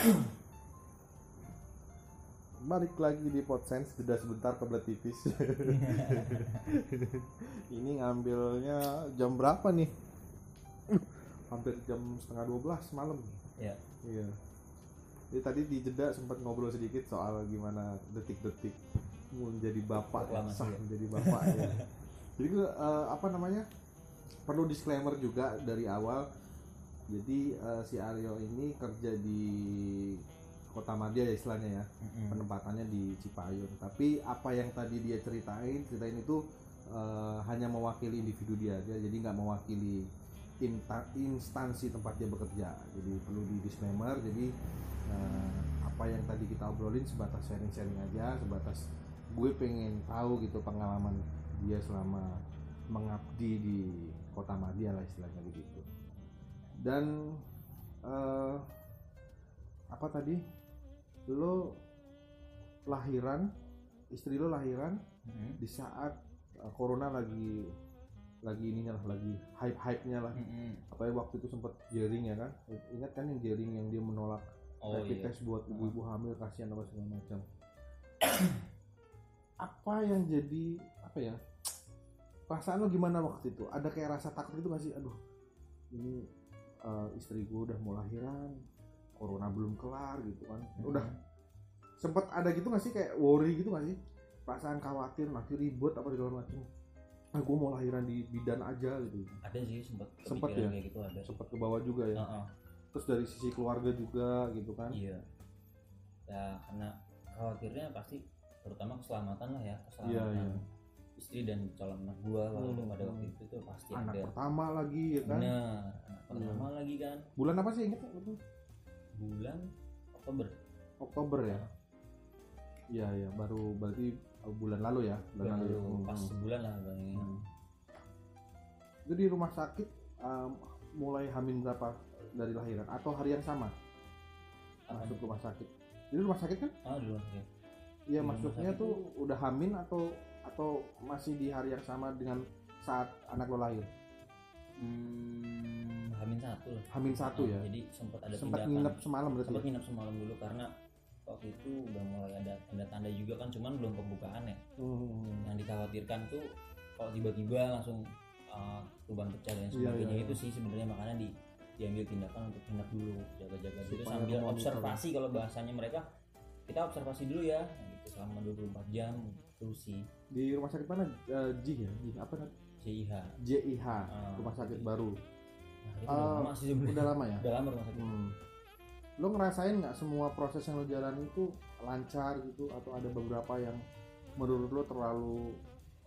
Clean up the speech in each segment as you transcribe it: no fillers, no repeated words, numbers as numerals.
Balik lagi di Podsense, jeda sebentar kebelet tipis. Ini ngambilnya jam berapa nih? Hampir jam 11:30 malam. Ya. Iya. Jadi tadi di jeda sempat ngobrol sedikit soal gimana detik-detik menjadi bapak, sah menjadi bapak ya. Jadi perlu disclaimer juga dari awal. Jadi si Aryo ini kerja di Kotamadya ya istilahnya ya, penempatannya di Cipayung. Tapi apa yang tadi dia ceritain itu hanya mewakili individu dia aja, jadi nggak mewakili instansi tempat dia bekerja. Jadi perlu di disclaimer. Jadi apa yang tadi kita obrolin sebatas sharing-sharing aja, sebatas gue pengen tahu gitu pengalaman dia selama mengabdi di Kotamadya lah istilahnya begitu. Dan apa tadi? Lo lahiran, istri lo lahiran di saat corona lagi ininya lah, lagi hype-nya lah. Apalagi waktu itu sempat jaring ya kan, ingat kan yang jaring yang dia menolak rapid test buat ibu-ibu hamil, kasihan apa segala macam. Apa yang jadi perasaan lo gimana waktu itu? Ada kayak rasa takut gitu gak sih? Aduh, ini istri gue udah mau lahiran, corona belum kelar gitu kan. Udah sempet ada gitu gak sih, kayak worry gitu gak sih, perasaan khawatir nanti ribut apa segala macam, gue mau lahiran di bidan aja gitu? Ada sih, sempet ya kayak gitu, ada sempet ke bawah juga ya. Terus dari sisi keluarga juga gitu kan. Iya ya, karena khawatirnya pasti terutama keselamatan lah ya, keselamatan istri dan calon anak gua pada waktu itu tuh pasti anak ada. Pertama lagi ya kan. Bener, anak pertama lagi kan. Bulan apa sih inget? Bulan Oktober ya. Iya baru berarti bulan lalu ya. Pas sebulan lah ini. Itu di rumah sakit mulai hamil berapa dari lahiran atau hari yang sama masuk rumah sakit? Jadi rumah sakit kan? Di rumah sakit. Iya, maksudnya tuh udah hamil atau masih di hari yang sama dengan saat anak lo lahir? Hamil satu ya. Jadi sempat nginep semalam berarti. Sempat nginep semalam dulu karena waktu itu udah mulai ada tanda-tanda juga kan, cuman belum pembukaan ya. Yang dikhawatirkan tuh kalau tiba-tiba langsung tuban pecah dan sebagainya. Itu sih sebenarnya makanya diambil tindakan untuk nginep dulu, jaga-jaga dulu sambil observasi. Kalau bahasanya mereka, kita observasi dulu ya gitu, selama 24 jam itu sih. Di rumah sakit mana? JIH rumah sakit baru. Nah, itu udah lama ya? Udah lama rumah sakit. Lo ngerasain nggak semua proses yang lo jalani itu lancar gitu, atau ada beberapa yang menurut lo terlalu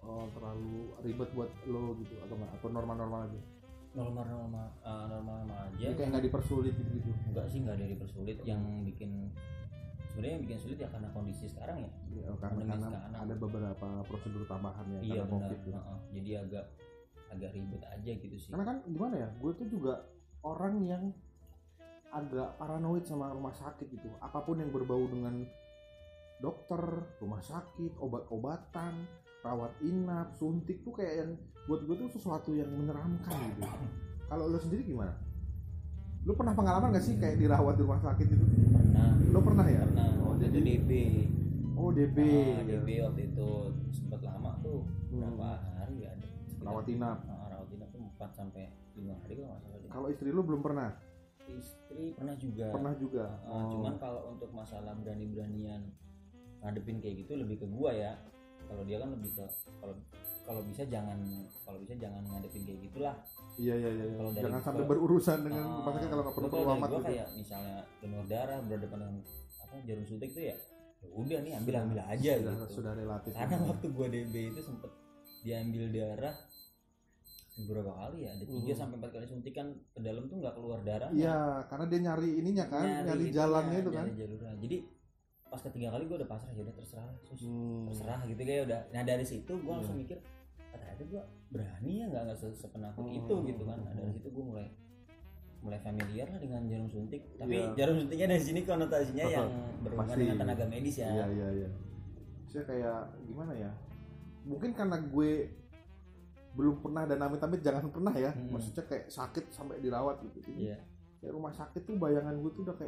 ribet buat lo gitu, atau nggak, atau normal-normal aja? Normal aja. Jadi kayak nggak dipersulit gitu? Enggak sih, nggak ada dipersulit. Yang bikin sulit ya karena kondisi sekarang ya. Karena ada beberapa prosedur tambahan ya. Iya benar. COVID, ya. Jadi agak ribet aja gitu sih. Karena kan gimana ya, gue tuh juga orang yang agak paranoid sama rumah sakit gitu. Apapun yang berbau dengan dokter, rumah sakit, obat-obatan, rawat inap, suntik tuh kayak yang buat gue tuh sesuatu yang menyeramkan gitu. Kalau lo sendiri gimana? Lo pernah pengalaman gak sih kayak dirawat di rumah sakit itu? Pernah. Lo pernah ya? Pernah. Jadi DB. DB. DB waktu itu sempat lama tuh, berapa hari ya? Rawat inap. Rawat inap tuh 4 sampai 5 hari kalau nggak salah. Kalau istri lo belum pernah? Istri pernah juga. Cuman kalau untuk masalah berani-beranian ngadepin kayak gitu lebih ke gua ya. Kalau dia kan lebih ke kalau bisa jangan ngadepin kayak gitulah. Iya. Jangan sampai berurusan dengan rumah sakit kalau nggak perlu amat gitu. Kayak misalnya donor darah berhadapan dengan jarum suntik itu ya udah nih ambil aja gitu. Sudah relatif. Karena waktu gua DB itu sempet diambil darah beberapa kali ya, ada 3 sampai 4 kali suntikan ke dalam tuh nggak keluar darah. Iya, karena dia nyari ininya kan, nyari jalannya itu kan. Jalurnya. Jadi pas ketiga kali gue udah pasrah, ya udah terserah terserah gitu kayak udah. Nah dari situ gue langsung mikir, ternyata gue berani ya, nggak sepenakut itu gitu kan. Nah dari situ gue mulai familiar lah dengan jarum suntik. Tapi jarum suntiknya dari sini konotasinya yang berhubungan dengan tenaga medis ya. Iya. Saya kayak gimana ya? Mungkin karena gue belum pernah, dan amit-amit jangan pernah ya. Maksudnya kayak sakit sampai dirawat gitu. Kayak rumah sakit tuh bayangan gue tuh udah kayak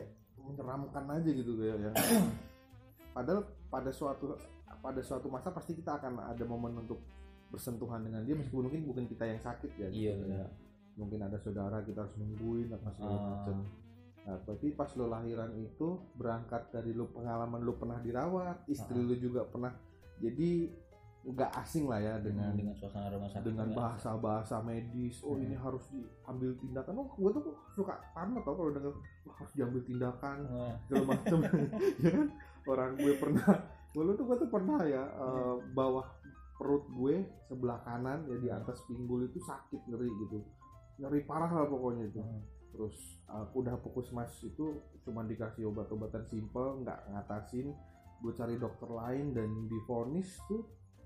menyeramkan aja gitu kayak yang padahal pada suatu masa pasti kita akan ada momen untuk bersentuhan dengan dia meskipun mungkin bukan kita yang sakit ya. Iya gitu, ya. Mungkin ada saudara kita harus nungguin apa segala macam. Nah, berarti pas lo lahiran itu berangkat dari lo pengalaman lo pernah dirawat, istri lo juga pernah, jadi nggak asing lah ya dengan suasana rumah sakit, dengan bahasa medis. Ini harus diambil tindakan. Gue tuh suka parno tau kalau denger harus diambil tindakan segala macam. Ya kan, orang gue pernah ya bawah perut gue sebelah kanan ya di atas pinggul itu sakit, ngeri gitu, nyeri parah lah pokoknya itu. Terus udah puskesmas itu cuma dikasih obat-obatan simpel, nggak ngatasin. Gue cari dokter lain dan divonis tuh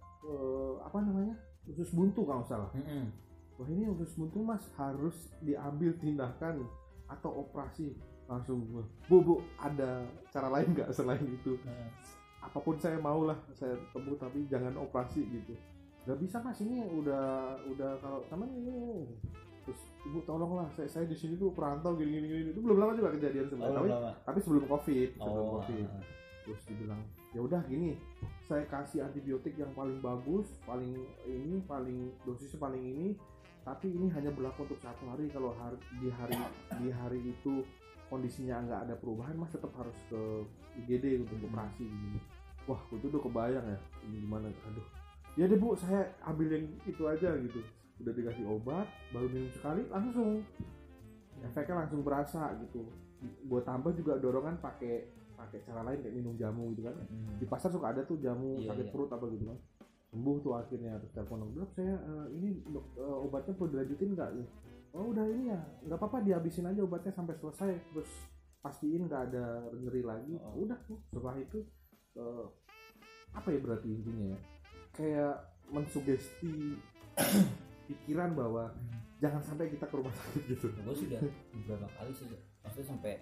usus buntu kalau nggak salah. Wah, ini usus buntu mas, harus diambil tindakan atau operasi. Langsung gue, bu ada cara lain nggak selain itu? Apapun saya mau lah, saya temu, tapi jangan operasi gitu. Nggak bisa mas, ini udah kalau sama ini. Terus ibu tolonglah, saya di sini tuh perantau gini. Itu belum lama juga kejadian sebenarnya, tapi sebelum covid. Terus dibilang ya udah gini, saya kasih antibiotik yang paling bagus, paling dosisnya paling ini, tapi ini hanya berlaku untuk 1 hari. Kalau di hari itu kondisinya nggak ada perubahan, mas tetap harus ke IGD untuk operasi gini. Wah, itu udah kebayang ya ini gimana. Aduh, ya deh bu, saya ambil yang itu aja gitu. Udah dikasih obat, baru minum sekali langsung efeknya langsung berasa gitu. Buat tambah juga dorongan pakai cara lain kayak minum jamu gitu kan. Di pasar suka ada tuh jamu sakit perut apa gitu kan. Sembuh tuh akhirnya. Terus telepon dok, saya ini obatnya perlu dilanjutin nggak nih? Oh udah ini ya, nggak apa-apa, dihabisin aja obatnya sampai selesai. Terus pastiin nggak ada nyeri lagi. Udah tuh setelah itu apa ya berarti intinya ya, kayak mensugesti pikiran bahwa jangan sampai kita ke rumah sakit gitu. Gue sudah beberapa kali sih, maksudnya sampai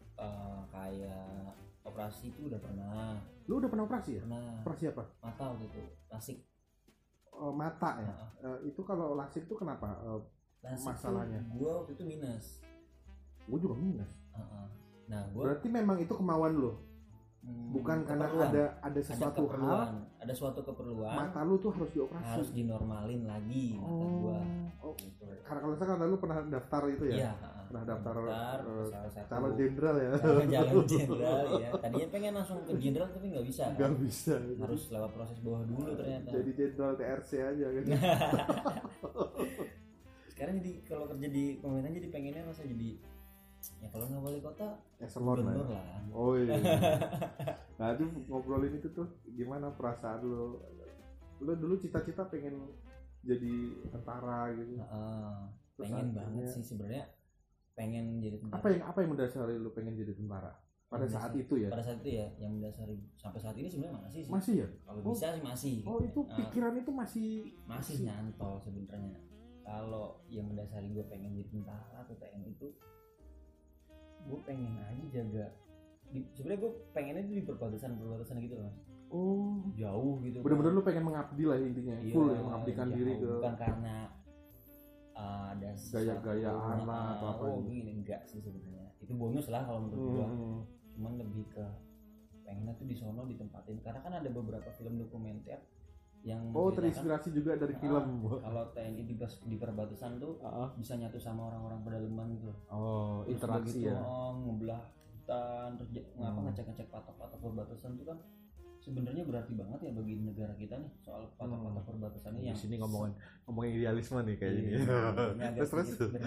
kayak operasi itu udah pernah. Lu udah pernah operasi ya? Pernah. Operasi apa? Mata waktu itu, lasik. Mata ya? Itu kalau lasik itu kenapa lasik masalahnya? Gue waktu itu minus. Gue juga minus. Nah, berarti memang itu kemauan lo? Bukan karena ada sesuatu hal, ada suatu keperluan, mata lu tuh harus dioperasi, harus dinormalin lagi mata gua. Gitu. Karena kalau misalkan lu pernah daftar itu ya? Iya, pernah daftar calon jenderal ya? Calon jenderal ya. Tadinya pengen langsung ke jenderal tapi nggak bisa. Nggak bisa. Harus lewat proses bawah dulu ternyata. Jadi jenderal TRC aja kan. Sekarang jadi kalau kerja di pemerintahan jadi pengennya masa jadi ya kalau nggak wali kota gubernur lah. Oh iya. Nah itu ngobrolin itu tuh gimana perasaan lo dulu cita-cita pengen jadi tentara gitu. Pengen banget sih sebenarnya, pengen jadi tentara. Apa yang mendasari lo pengen jadi tentara pada saat itu ya? Pada saat itu ya, yang mendasari sampai saat ini sebenarnya masih sih. Masih ya? Kalau bisa sih masih. Oh itu pikiran itu masih nyantol sebenarnya. Kalau yang mendasari gue pengen jadi tentara atau TNI itu, gue pengen aja jaga sebenarnya gue pengennya itu di perbatasan gitu loh mas. Oh jauh gitu, bener-bener lu pengen mengabdi lah intinya. Iya, full ya, mengabdikan diri ke, bukan karena ada gaya-gayaan lah atau apa gini, enggak sih sebenarnya, itu bonus lah kalau menurut gue. Cuman lebih ke pengennya tuh di sono ditempatin, karena kan ada beberapa film dokumenter yang terinspirasi juga dari film. Kalau TNI di perbatasan tuh bisa nyatu sama orang-orang pedalaman gitu. Interaksi ya. Ngebelah hutan, terus ngecek patok-patok perbatasan tuh kan sebenarnya berarti banget ya bagi negara kita nih, soal patok-patok perbatasan ini. Yang sini ngomongin idealisme nih kayak gini. Terus.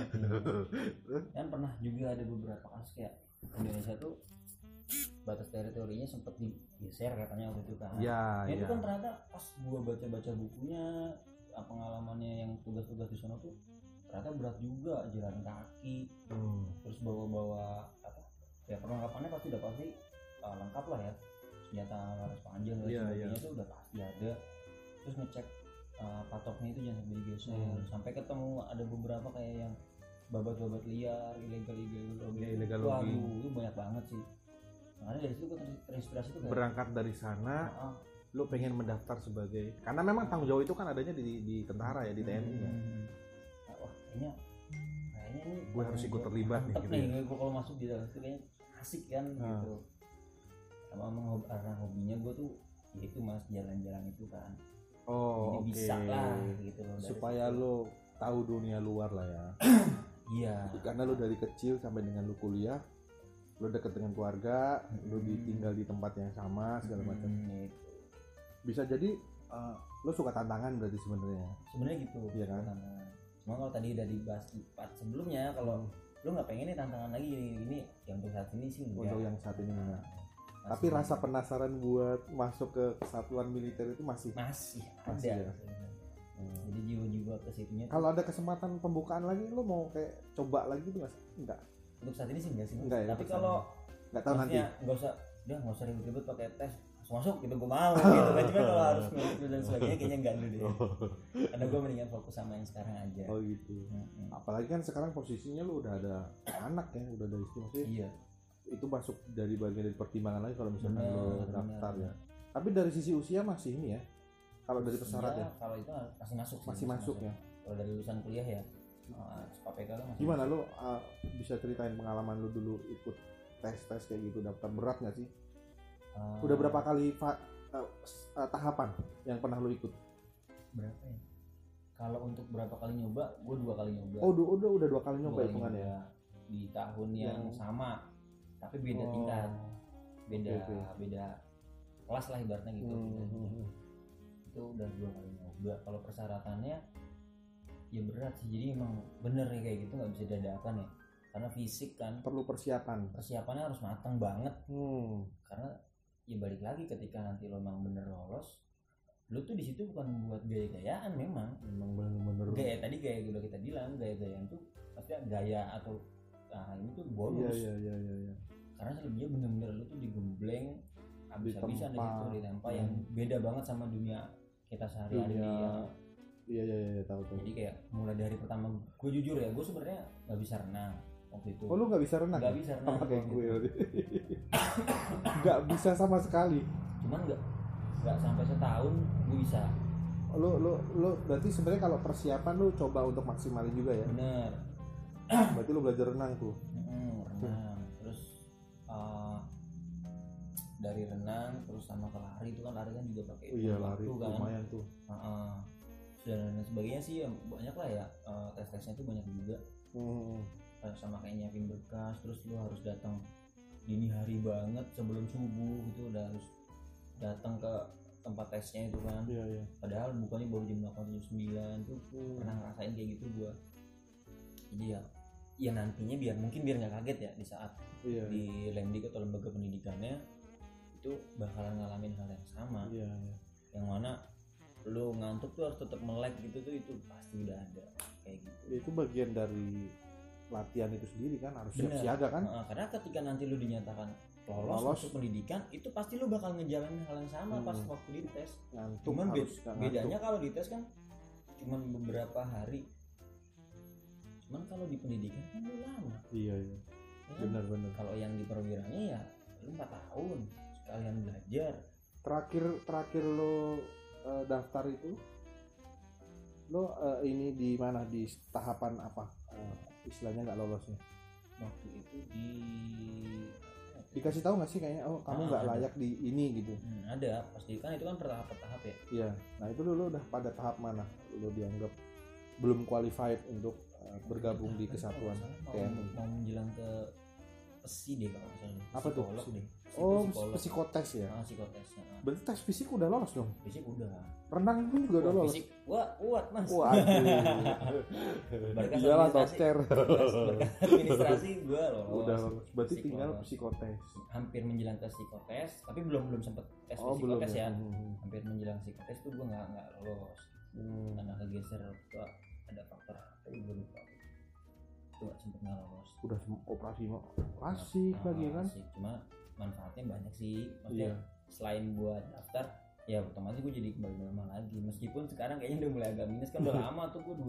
Kan pernah juga ada beberapa kasus kayak Indonesia tuh batas teritorinya sempat digeser katanya waktu itu kan. Itu kan ternyata pas gua baca bukunya, pengalamannya yang tugas-tugas di sana tuh ternyata berat juga, jalan kaki, terus bawa ya perlengkapannya pasti lengkap lah ya, senjata laras panjang dan sebagainya itu udah pasti ada. Terus ngecek patoknya itu jangan sampai digeser, sampai ketemu ada beberapa kayak yang babat liar, illegal logging. Itu banyak banget sih. Makanya dari situ gue terinspirasi tuh berangkat dari sana. Lo pengen mendaftar sebagai, karena memang tanggung jawab itu kan adanya di tentara ya, di TNI ya. Wah kayaknya ini gue harus ikut terlibat nih gitu. Gue kalau masuk di dalam itu kayaknya asik kan gitu. Sama karena hobinya gue tuh yaitu mas jalan-jalan itu kan. Oh, jadi bisa lah gitu loh. Supaya lo tahu dunia luar lah ya. Iya. Karena lo dari kecil sampai dengan lo kuliah, lo deket dengan keluarga, lo tinggal di tempat yang sama segala macam. Gitu. Bisa jadi lo suka tantangan berarti sebenarnya. Sebenarnya gitu. Iya kan. Cuma kalau tadi udah dibahas di part sebelumnya, kalau lo nggak pengen nih tantangan lagi ini yang untuk saat ini sih enggak. Untuk yang saat ini enggak. Tapi rasa penasaran buat masuk ke kesatuan militer itu masih ada ya? Jadi jiwa-jiwa ke situnya. Kalau ada kesempatan pembukaan lagi lo mau kayak coba lagi tuh enggak? Untuk saat ini sih enggak sih. Enggak ya, tapi kalau enggak tahu nanti enggak usah ribet-ribet pakai tes langsung masuk gitu gue mau gitu kan. Cuma kalau harus ngurus dan sebagainya kayaknya enggak dulu deh. Karena gue mendingan fokus sama yang sekarang aja. Oh gitu. Apalagi kan sekarang posisinya lo udah ada anak ya, udah ada istri maksudnya. Iya. Itu masuk dari bagian dari pertimbangan lagi kalau misalnya lo daftar ya. Tapi dari sisi usia masih ini ya. Kalau dari persyarat ya. Kalau itu masih masuk sih. Masih masuk ya. Kalau dari lulusan kuliah ya. KPK lo masih. Gimana lo bisa ceritain pengalaman lo dulu ikut tes kayak gitu, daftar berat nggak sih? Udah berapa kali tahapan yang pernah lo ikut? Berapa ya? Kalau untuk berapa kali nyoba, gue 2 kali nyoba. Oh udah 2 kali nyoba hitungannya ya? Di tahun yang sama, tapi beda tingkat, beda kelas lah ibaratnya gitu. Itu udah 2 kali nyoba. Kalau persyaratannya ya berat sih, jadi emang bener ya kayak gitu nggak bisa dadakan ya, karena fisik kan perlu persiapannya harus matang banget. Karena ya balik lagi ketika nanti lo emang bener lolos, lo tuh di situ bukan buat gaya-gayaan, memang bener gaya tadi gaya lo kita bilang gaya-gayaan tuh pasti gaya atau ini tuh bonus. Iya. Karena selebihnya bener-bener lo tuh digembleng habis-habisan ditempa yang beda banget sama dunia kita sehari-hari ya. Iya tahu. Jadi kayak mulai dari pertama gue jujur ya, gue sebenarnya nggak bisa renang waktu itu. Oh lu nggak bisa renang? Nggak bisa renang. Sama kayak gue. Nggak bisa sama sekali. Cuman nggak sampai setahun gue bisa. Lu berarti sebenarnya kalau persiapan lu coba untuk maksimalin juga ya? Bener. Berarti lu belajar renang tuh? Renang. Terus dari renang terus sama ke lari itu kan, lari kan juga pakai lari kan. Lumayan tuh. Dan sebagainya sih ya, banyak lah ya, tes-tesnya tuh banyak juga. Sama kayak nyiapin berkas, terus lu harus datang dini hari banget sebelum subuh gitu, udah harus datang ke tempat tesnya itu kan. Padahal bukannya baru jam 8 jam 9 tuh. Pernah ngerasain kayak gitu gua. Jadi ya nantinya biar nggak kaget ya di saat di Lemdik atau lembaga pendidikannya itu bakalan ngalamin hal yang sama. Yang mana lu ngantuk tuh harus tetap melek gitu tuh, itu pasti udah ada kayak gitu. Itu bagian dari latihan itu sendiri kan, harus siap-siaga kan. Karena ketika nanti lu dinyatakan lolos untuk pendidikan, itu pasti lu bakal ngejalanin hal yang sama pas waktu dites. Cuman bedanya kalau dites kan cuman beberapa hari. Cuman kalau di pendidikan kan lu lama. Iya. Benar. Kalau yang di perwiranya ya lu 4 tahun sekalian belajar. Terakhir lo daftar itu lo ini di mana, di tahapan apa istilahnya nggak lolosnya? Waktu itu dikasih tahu nggak sih kayaknya kamu nggak layak di ini gitu? Ada pasti kan, itu kan bertahap ya. Iya. Nah itu lo udah pada tahap mana lo dianggap belum qualified untuk bergabung di kesatuan? Mau menjelang ke PSI deh kalau misalnya. Apa tuh? Psikotes ya? Psikotes. Berarti tes fisik udah lolos dong? Fisik udah. Renang pun juga udah lolos? Fisik kuat mas. Iyalah dokter. Berkat administrasi gue lolos. Udah lolos. Berarti tinggal psikotes. Hampir menjelang ke psikotes, tapi belum sempet tes psikotes ya. Hampir menjelang psikotes tuh gue nggak lolos. Karena kegeser ada faktor apa gue lupa. Itu nggak sempet lolos. Udah operasi lagi kan? Cuma manfaatnya banyak sih. Maksudnya selain buat daftar, ya otomatis gue jadi kembali normal lagi. Meskipun sekarang kayaknya udah mulai agak minus kan, udah lama tuh gue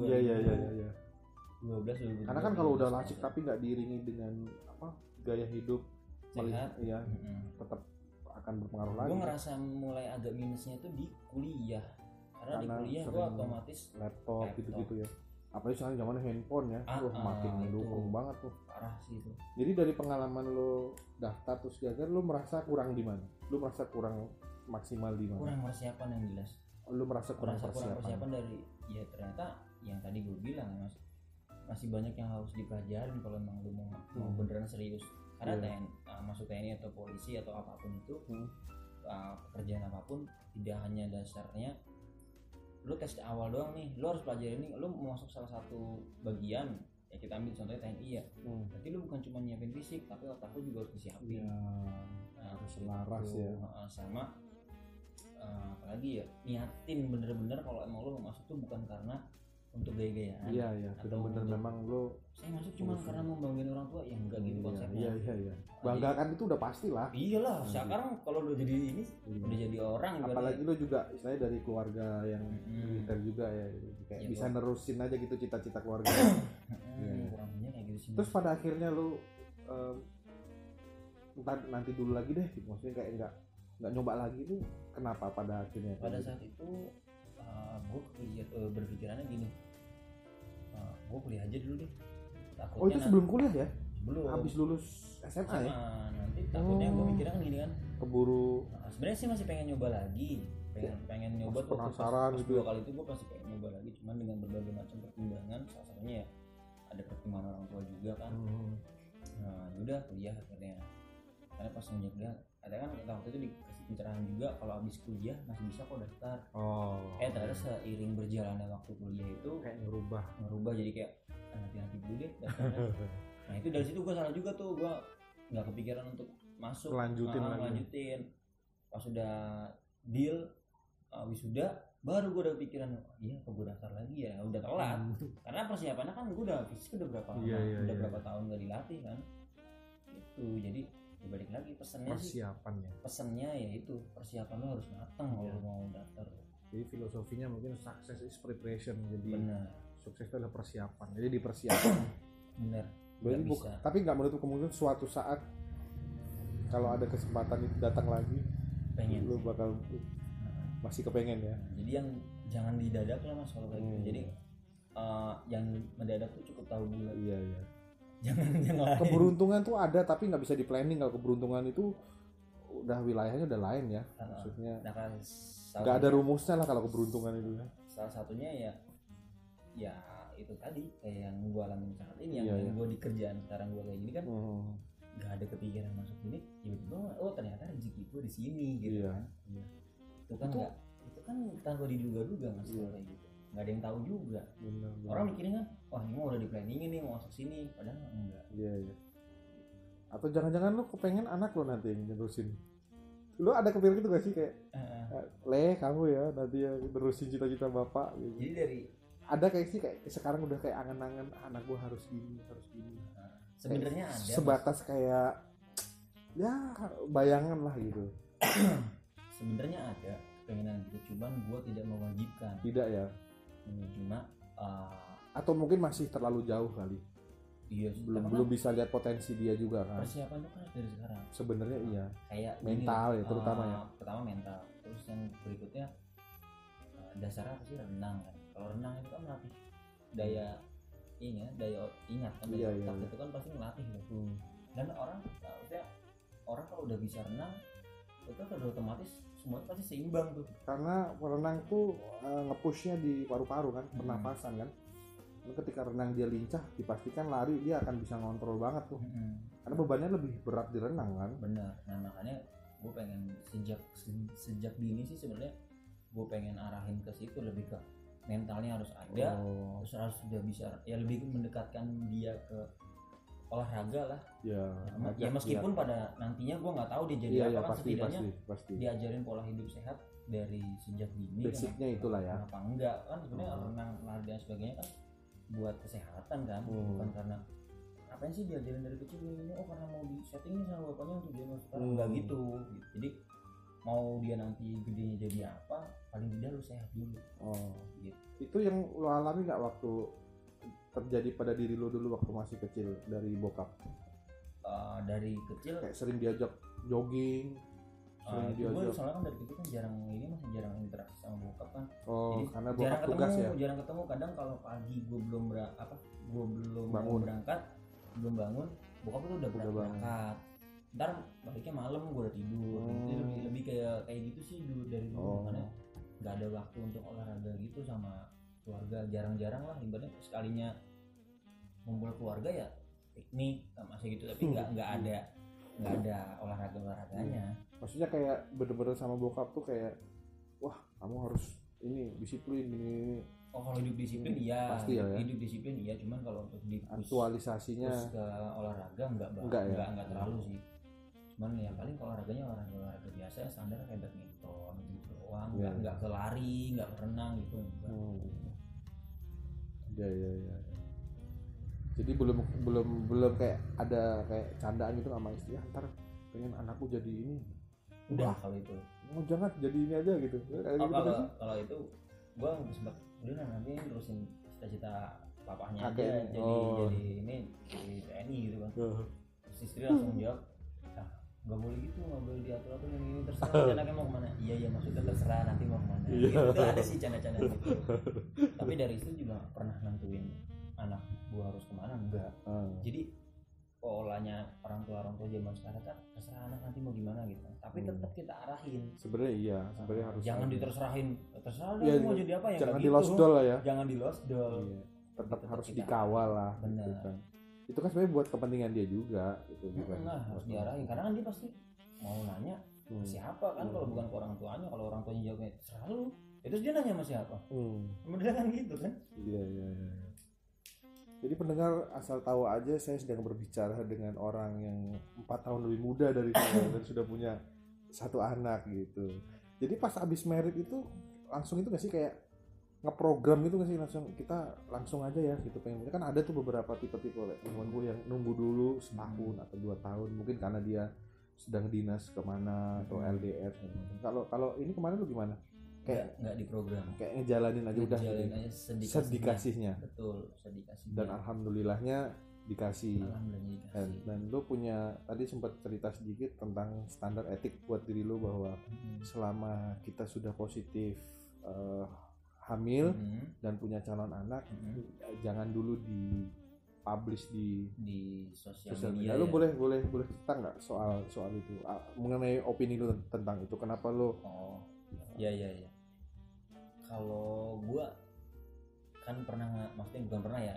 2012. Karena kan kalau udah lasik tapi nggak diiringi dengan gaya hidup sehat, tetap akan berpengaruh lagi. Gue ngerasa mulai agak minusnya tuh di kuliah. Karena di kuliah gue otomatis laptop gitu ya. apalagi sekarang zamannya handphone ya, makin mendukung banget tuh. Parah sih itu. Jadi dari pengalaman lo daftar terus gagal, lo merasa kurang di mana? Lo merasa kurang maksimal di mana? Kurang persiapan yang jelas. Lo merasa kurang persiapan dari ya ternyata yang tadi gue bilang ya, Mas, masih banyak yang harus dipelajarin kalau emang lo mau beneran serius. Karena masuk TNI atau polisi atau apapun itu, pekerjaan apapun tidak hanya dasarnya lu tes awal doang nih, lu harus pelajarin nih, lu mau masuk salah satu bagian ya, kita ambil contohnya TNI ya, berarti lu bukan cuma nyiapin fisik tapi otak lu juga harus disiapin ya, harus selaras ya sama apalagi ya niatin bener-bener kalau emang lu mau masuk tuh bukan karena untuk gaya-gayaan, iya bener-bener memang lu saya masuk cuma karena mau banggain orang tua, ya enggak gitu konsepnya. Iya banggakan itu udah pasti lah. Iyalah, sekarang kalau udah jadi ini udah jadi orang, apalagi lu juga istilahnya dari keluarga yang militer juga ya, kayak ya, bisa nerusin aja gitu cita-cita keluarga. Kurangnya kayak gitu sih. Terus pada akhirnya lu nanti dulu lagi deh, maksudnya kayak nggak nyoba lagi tuh, kenapa pada akhirnya? Pada saat itu gue berpikirannya gini, gue kuliah aja dulu deh. Takutnya itu sebelum kuliah ya? Belum. Habis lulus SMA ya? Nanti takutnya gue mikirnya kan gini kan. Keburu. Sebenarnya sih masih pengen nyoba lagi, pengen nyoba tuh. Penasaran gitu. 2 kali itu gue pasti pengen nyoba lagi, cuman dengan berbagai macam pertimbangan, salah satunya ya ada pertimbangan orang tua juga kan. Nah, udah kuliah akhirnya. Karena pas menjadi ada kan waktu itu dikasih pencerahan juga kalau habis kuliah masih bisa kok daftar. Ternyata seiring berjalannya waktu kuliah itu kayak ngerubah jadi kayak nanti dulu deh daftarnya. Nah itu dari situ gue salah juga tuh, gue nggak kepikiran untuk masuk lanjutin. Pas sudah deal wisuda baru gue udah pikiran, iya kok gue daftar lagi ya, udah telat. Karena persiapannya kan gue udah fisik udah berapa lama, berapa tahun gak dilatih kan itu. Jadi balik lagi pesannya ya itu persiapan lo harus matang kalau mau daftar. Jadi filosofinya mungkin success is preparation, jadi bener. Sukses itu adalah persiapan, jadi dipersiapkan. Bener. Tapi nggak menutup kemungkinan suatu saat kalau ada kesempatan itu datang lagi, pengen lu bakal masih kepengen ya. Jadi yang jangan didadak lah Mas kalau kayak gitu. Jadi yang mendadak tuh cukup tahu dulu. Iya. Jangan yang lain. Keberuntungan tuh ada tapi nggak bisa di planning. Kalau keberuntungan itu udah wilayahnya udah lain ya. Maksudnya nggak ada rumusnya lah kalau keberuntungan itu. Salah satunya ya itu tadi kayak yang gue alamin saat ini, yang gue di kerjaan sekarang gue kayak gini kan, nggak ada kepikiran masuk sini, tiba-tiba ternyata rezeki gue di sini gitu kan. Itu kan tanpa diduga-duga Mas kayak gitu. Nggak ada yang tahu juga. Bener. Orang mikirnya kan, wah ini mah udah di planningin nih mau masuk sini, padahal enggak. Iya. Atau jangan-jangan lu kepengen anak lo nanti yang nerusin. Lu ada kepikiran gitu gak sih kayak kamu ya nanti ya nerusin cita-cita bapak gitu. Jadi dari ada kayak sih kayak sekarang udah kayak angan-angan anak gua harus gini. Sebenarnya ada. Sebatas kayak ya bayangan lah gitu. Sebenarnya ada keinginan gitu, cuman gua tidak mewajibkan. Tidak ya. Cuma atau mungkin masih terlalu jauh kali. Iya, belum bisa lihat potensi dia juga kan. Persiapan itu kan dari sekarang. Sebenarnya iya. Kayak mental ya terutama ya. Pertama mental, terus yang berikutnya dasarnya apa sih, renang kan. Kalau renang itu kan melatih daya ingat kan, daya otak itu kan pasti melatih gitu. Dan orang kalau udah bisa renang itu kan udah otomatis semua pasti seimbang tuh. Karena renang tuh nge-pushnya di paru-paru kan, pernapasan kan. Ketika renang dia lincah, dipastikan lari dia akan bisa ngontrol banget tuh. Karena bebannya lebih berat di renang kan. Bener. Nah makanya gue pengen sejak dini sih sebenarnya gue pengen arahin ke situ, lebih ke mentalnya harus ada, terus harus sudah bisa ya lebih mendekatkan dia ke olahraga lah. Ya meskipun pada nantinya gue nggak tahu dia jadi apa kan, setidaknya diajarin pola hidup sehat dari sejak dini. Basicnya itulah ya. Kenapa enggak kan sebenarnya renang, lari dan sebagainya kan buat kesehatan kan, bukan karena ngapain sih diajarin dari kecil ini karena mau di settingin sama bapaknya untuk dia masuk enggak gitu. Jadi mau dia nanti gedenya jadi apa, paling tidak lu sehat dulu. Gitu. Itu yang lo alami nggak waktu terjadi pada diri lo dulu waktu masih kecil dari bokap? Dari kecil kayak sering diajak jogging sering gue diajak. soalnya kan dari kecil kan masih jarang interaksi sama bokap kan. Oh, Jadi karena jarang bokap tugas ketemu, ya. jarang ketemu. Kadang kalau pagi gue belum mau Bangun. berangkat, belum bangun, bokap tuh udah bangun. berangkat. Ntar baliknya malam gue udah tidur. Jadi lebih kayak gitu sih dulu dari dulu. Makanya nggak ada waktu untuk olahraga gitu sama keluarga, jarang-jarang lah. Ibaratnya sekalinya ngumpul keluarga ya piknik masih gitu, tapi nggak ada olahraganya. Maksudnya kayak bener-bener sama bokap tuh kayak wah kamu harus ini disiplin ini. Oh, kalau hidup disiplin iya, pasti ya. Hidup disiplin iya, cuman kalau untuk di aktualisasinya ke olahraga enggak terlalu sih. Cuman ya paling kalau olahraganya olahraga biasa ya, standar kayak badminton gitu doang, enggak ke lari, enggak ke renang gitu. Ya. Jadi belum kayak ada kayak candaan gitu sama istri, ntar pengen anakku jadi ini. Udah kalau itu. Oh jangan jadi ini aja gitu. Kalau itu gua sempat udah nanti terusin cita-cita papahnya aja jadi ini jadi TNI gitu kan. Terus istri langsung jawab, nggak boleh gitu, nggak boleh diatur-atur ini terserah anaknya mau kemana. Iya maksudnya terserah nanti mau kemana. Gitu ada sih canda-canda gitu. Tapi dari istri juga pernah nentuin anak gua harus kemana, enggak. Jadi polanya orang tua zaman sekarang kan terserah anak nanti mau gimana gitu, tapi tetap kita arahin. Sebenarnya harus jangan diterserahin, terserah ya, mau jadi apa ya, jangan di lost doll lah ya, jangan di lost doll. Tetap harus dikawal lah. Benar gitu kan. Itu kan sebenarnya buat kepentingan dia juga gitu, bukan harus diarahin karena kan dia pasti mau nanya siapa kan, kalau bukan ke orang tuanya. Kalau orang tuanya jawabnya terserah lu, itu dia nanya sama siapa. Bener kan gitu kan. Iya. Jadi pendengar asal tahu aja, saya sedang berbicara dengan orang yang 4 tahun lebih muda dari saya dan sudah punya 1 anak gitu. Jadi pas abis merit itu langsung itu nggak sih kayak ngeprogram gitu nggak sih, langsung aja ya gitu pengen. Kan ada tuh beberapa tipe-tipe teman gue yang nunggu dulu setahun atau 2 tahun mungkin karena dia sedang dinas kemana atau LDR. Kalau ini kemana lu gimana? Kayak nggak diprogram, kayak ngejalanin aja udah sedikasihnya. Betul, sedikasihnya. Dan alhamdulillahnya dikasih. Dan lu punya tadi sempat cerita sedikit tentang standar etik buat diri lu bahwa selama kita sudah positif hamil dan punya calon anak, jangan dulu di publish di sosial media. Lu boleh cerita nggak soal itu mengenai opini lu tentang itu, kenapa lu? Iya. Kalau gua kan maksudnya bukan pernah ya,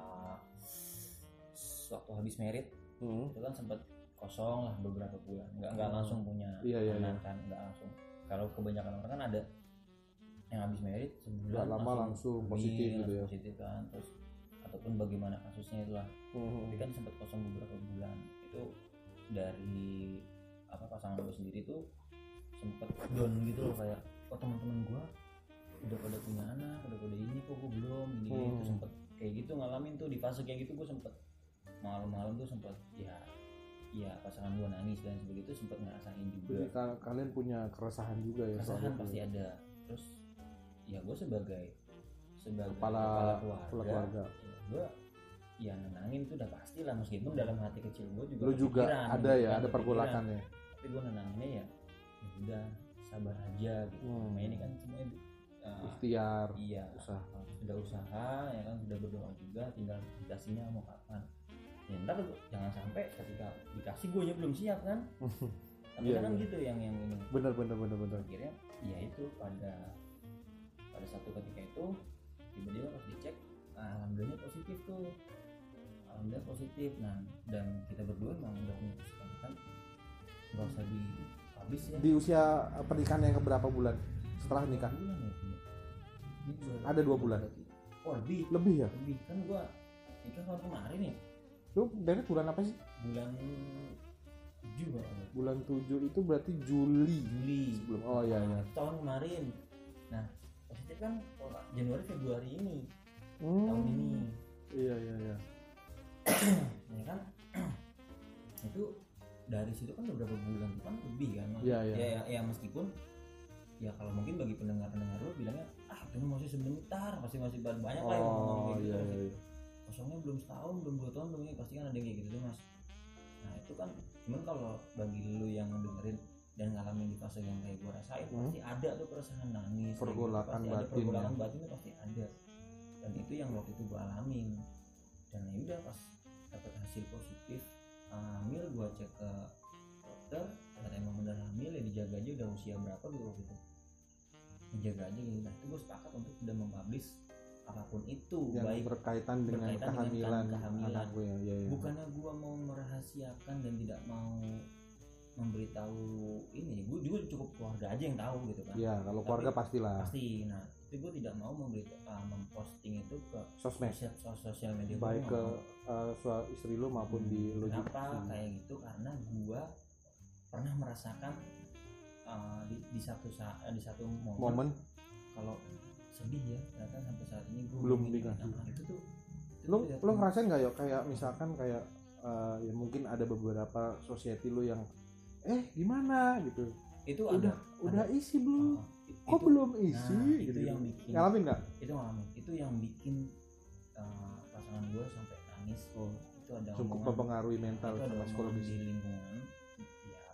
waktu habis merit itu kan sempat kosong lah beberapa bulan, nggak langsung punya anak kan, nggak langsung. Kalau kebanyakan orang kan ada yang habis merit sebulan langsung positif gitu ya, positif kan, terus ataupun bagaimana kasusnya itulah. Tapi kan sempat kosong beberapa bulan itu dari pasangan gue sendiri tuh sempat down gitu loh, kayak teman-teman gue udah pada punya anak, udah pada ini kok gue belum ini. Itu sempet kayak gitu ngalamin tuh di fase kayak gitu. Gue sempet malam-malam tuh sempet ya pasangan gue nangis dan begitu, sempet ngerasain juga. Jadi kalian punya keresahan juga ya? Keresahan pasti ada. Terus ya gue sebagai kepala keluarga ya gue ya nenangin tuh udah pasti lah, meskipun dalam hati kecil gue juga lu juga ada gitu, ada pergolakannya, tapi gue nenanginnya ya udah sabar aja gitu. Ini kan semuanya ikhtiar, sudah usaha ya kan, sudah berdoa juga, tinggal dikasihnya mau kapan ya. Ntar jangan sampai ketika dikasih gue belum siap kan. Tapi kan gitu yang ini bener akhirnya ya itu pada satu ketika itu tiba-tiba pas dicek alhamdulillah positif tuh, alhamdulillah positif. Nah dan kita berdua emang udah punya kesepakatan nggak usah dihabis ya. Di usia pernikahan yang keberapa bulan setelah nikah? Ada 2 bulan. Oh lebih ya? Lebih kan gua nikah tahun kemarin ya. Lu dari bulan apa sih? Bulan 7. Bulan 7 itu berarti Juli sebelum. Oh iya. Tahun kemarin. Nah positif kan Januari Februari ini tahun ini. Iya. Ya kan itu dari situ kan beberapa bulan kan lebih kan. Iya. Ya meskipun ya kalau mungkin bagi pendengar lu bilangnya itu masih sebentar, masih banyak lah yang ngomong gitu. Kosongnya belum setahun, belum 2 tahun, belum ini, pasti kan ada yang kayak gitu tuh mas. Nah itu kan cuman kalau bagi lu yang dengerin dan ngalamin di fase yang kayak gue rasain, pasti ada tuh perasaan nangis, pergolakan gitu. batin, pergolakan batin itu pasti ada, dan itu yang waktu itu gue alamin. Dan ya udah pas dapat hasil positif hamil, gue cek ke dokter, ternyata emang benar hamil, ya dijaga aja udah usia berapa gitu waktu itu, dijaga aja gitu. Nah itu gue sepakat untuk tidak mempublish apapun itu yang baik berkaitan dengan kehamilan anak gue ya. Bukannya gue mau merahasiakan dan tidak mau memberitahu ini, gue juga cukup keluarga aja yang tahu gitu kan. Ya kalau keluarga pastilah. Pasti. Nah itu gue tidak mau memposting itu ke sosial media, baik ke istri lu maupun di lu juga. Kenapa kayak gitu? Karena gue pernah merasakan di satu momen kalau sedih ya, ternyata sampai saat ini gue belum dikasih. Nah, itu tuh lu ngerasain nggak ya kayak misalkan kayak ya mungkin ada beberapa society lu yang gimana gitu, itu udah isi belum, kok itu, belum isi nah, gitu, itu yang bikin, ngalamin nggak? Itu yang bikin pasangan gue sampai nangis. Itu ada cukup mempengaruhi mental sama psikologis di lingkungan ya,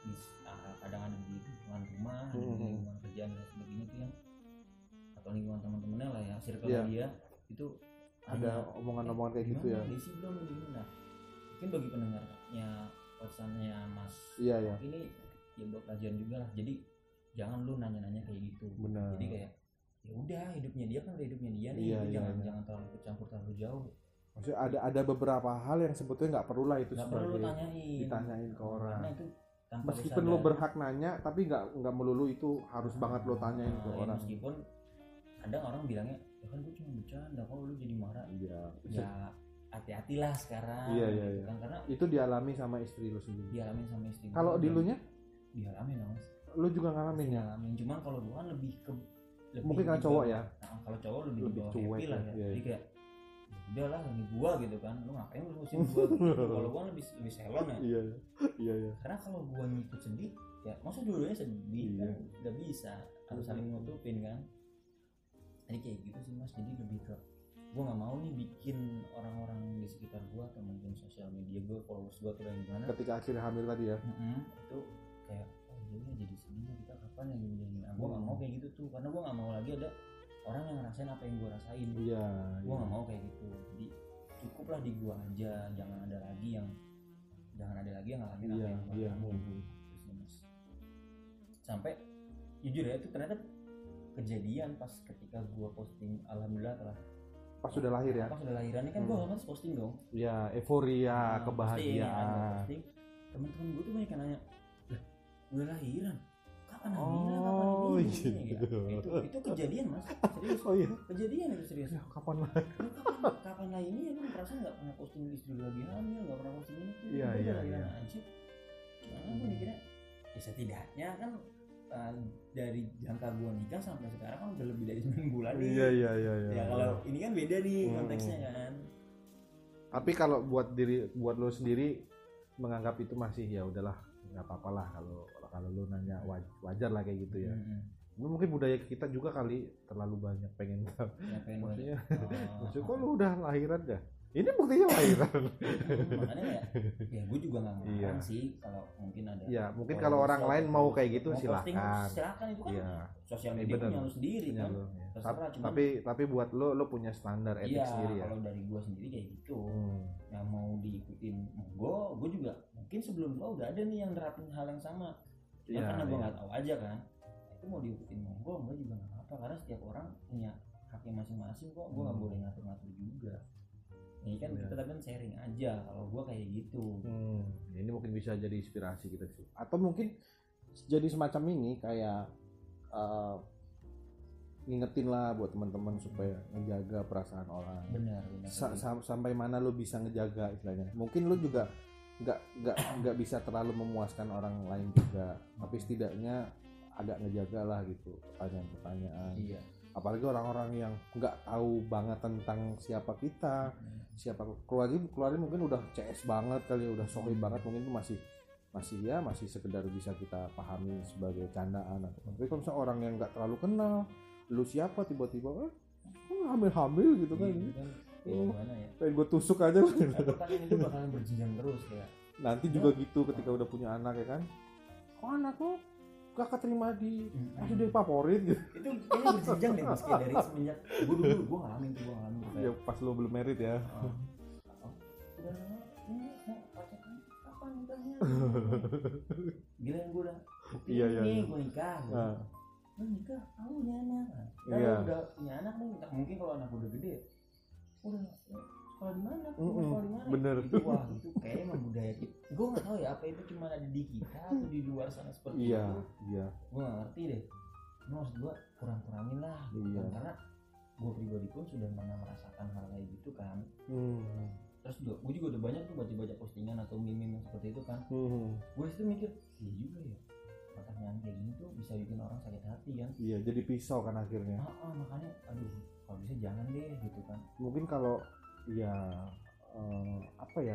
kadang ada di lingkungan rumah, di lingkungan kerjaan dan sebagainya itu yang, atau lingkungan teman-temannya lah ya, circle dia itu ada omongan-omongan kayak gitu ya. Diisi belum begini. Nah mungkin bagi pendengarnya pesannya Mas ini ya buat kajian juga lah. Jadi jangan lu nanya-nanya kayak gitu. Benar. Jadi kayak ya udah hidupnya dia kan udah hidupnya dia nih. Jangan terlalu campur terlalu jauh. Maksudnya ada beberapa hal yang sebetulnya nggak perlu lah itu sebagai ditanyain ke orang. Karena itu meskipun lo berhak nanya tapi nggak melulu itu harus banget lo tanyain ke orang. Meskipun kadang orang bilangnya ya kan gue cuma bercanda, kok lu jadi marah. Ya hati-hatilah sekarang. Iya. Kan, karena itu dialami sama istri lo sendiri. Dialami sama istri. Kalau di lu nya? Dialami Mas. Lu juga ngalamin ya? Ngalamin. Cuman kalau gua kan lebih mungkin karena cowok ya. Nah, kalau cowok lebih cuek happy lah ya. Iya. Jadi kayak udahlah ini gua gitu kan. Lu ngapain lu ngurusin gua? Kalau gua lebih selon ya. Iya. Karena kalau gua ngikut sedih, ya masa dulunya sedih kan enggak bisa. Harus saling nutupin kan. Jadi kayak gitu sih Mas. Jadi lebih ke gue nggak mau nih bikin orang-orang di sekitar gue atau mungkin sosial media gue, followers gue tuh yang gimana ketika akhirnya hamil tadi ya. Itu kayak jadi sedih kita kapan yang gini. Gue nggak mau kayak gitu tuh, karena gue nggak mau lagi ada orang yang ngerasain apa yang gue rasain. Gue nggak mau kayak gitu. Jadi cukuplah di gue aja, jangan ada lagi yang ngalamin apa yang gue alamin. Terus sampai jujur ya itu ternyata kejadian pas ketika gue posting, alhamdulillah telah pas sudah lahir ya. Pas sudah lahiran ini kan gue harus posting dong. Ya euforia, kebahagiaan. Posting. Teman-teman gue tuh banyak yang nanya, lah udah lahiran, kapan hamilnya, kapan ini? Gitu. Itu kejadian Mas, serius. Kejadian itu serius. Ya, kapan lahirannya emang perasaan nggak pernah posting istri lagi hamil, nggak pernah posting ini. Iya. Aja. Karena gue mikirnya, ya setidaknya kan dari jangka gua nikah sampai sekarang kan udah lebih dari 9 bulan nih. Iya. Ya kalau ini kan beda nih konteksnya kan. Tapi kalau buat lo sendiri menganggap itu masih ya udahlah, nggak apa-apa lah kalau lo nanya, wajar lah kayak gitu ya. Mungkin budaya kita juga kali terlalu banyak pengen tahu. Maksudnya kok lo udah lahiran dah? Ini buktinya lahiran. Makanya ya gue juga nggak ngarang sih kalau mungkin ada. Ya mungkin kalau orang lain mau kayak gitu silakan. Silakan itu kan sosial media punya lo sendiri kan. Tapi buat lo punya standar etik sendiri ya. Kalau dari gue sendiri kayak gitu. Yang mau diikutin gue juga mungkin sebelum gue udah ada nih yang nerapin hal yang sama. Karena gue nggak tahu aja kan. Itu mau diikutin gue juga nggak apa, karena setiap orang punya haknya masing-masing kok. Gue nggak boleh ngatur-ngatur juga. Ini kan kita kan sharing aja kalau gua kayak gitu. Ini mungkin bisa jadi inspirasi kita sih. Atau mungkin jadi semacam ini kayak ngingetin lah buat teman-teman supaya ngejaga perasaan orang. Benar. Sampai mana lu bisa ngejaga istilahnya. Mungkin lu juga nggak bisa terlalu memuaskan orang lain juga, tapi setidaknya agak ngejaga lah gitu pertanyaan-pertanyaan. Iya. Apalagi orang-orang yang nggak tahu banget tentang siapa kita, siapa keluarga mungkin udah CS banget kali, udah sohib banget, mungkin itu masih sekedar bisa kita pahami sebagai candaan. Tapi kalau misalnya orang yang nggak terlalu kenal, lu siapa tiba-tiba hamil gitu kan? Gimana ya? Pengen gue tusuk aja. Pertanyaan itu bakalan berjenjang terus kayak. Nanti juga gitu ketika udah punya anak ya kan? kok anak lu gak keterima di SD favorit gitu. Itu kayaknya berjenjang deh mas, kayak dari semenjak gue ngalamin Ya pas lu belum merit ya. Udah ini pacaran kapan nikahnya? Gila gue udah nih gue nikah gitu. Lu nikah kamu punya anak udah punya anak nih, mungkin kalau anak udah gede udah sekolah di mana bener itu. Wah itu kayaknya emang budaya kita, gue nggak tahu ya apa itu cuma ada di kita atau di luar sana seperti itu. Gue nggak ngerti deh. Maksud gue kurangin lah gitu kan, karena gue pribadi pun sudah pernah merasakan hal kayak gitu kan. Terus gue juga udah banyak tuh baca postingan atau meme yang seperti itu kan. Gue itu mikir iya juga ya, pertanyaan kayak gini tuh bisa bikin orang sakit hati kan. Iya, jadi pisau kan akhirnya. Makanya aduh kalau bisa jangan deh gitu kan. Mungkin kalau ya apa ya,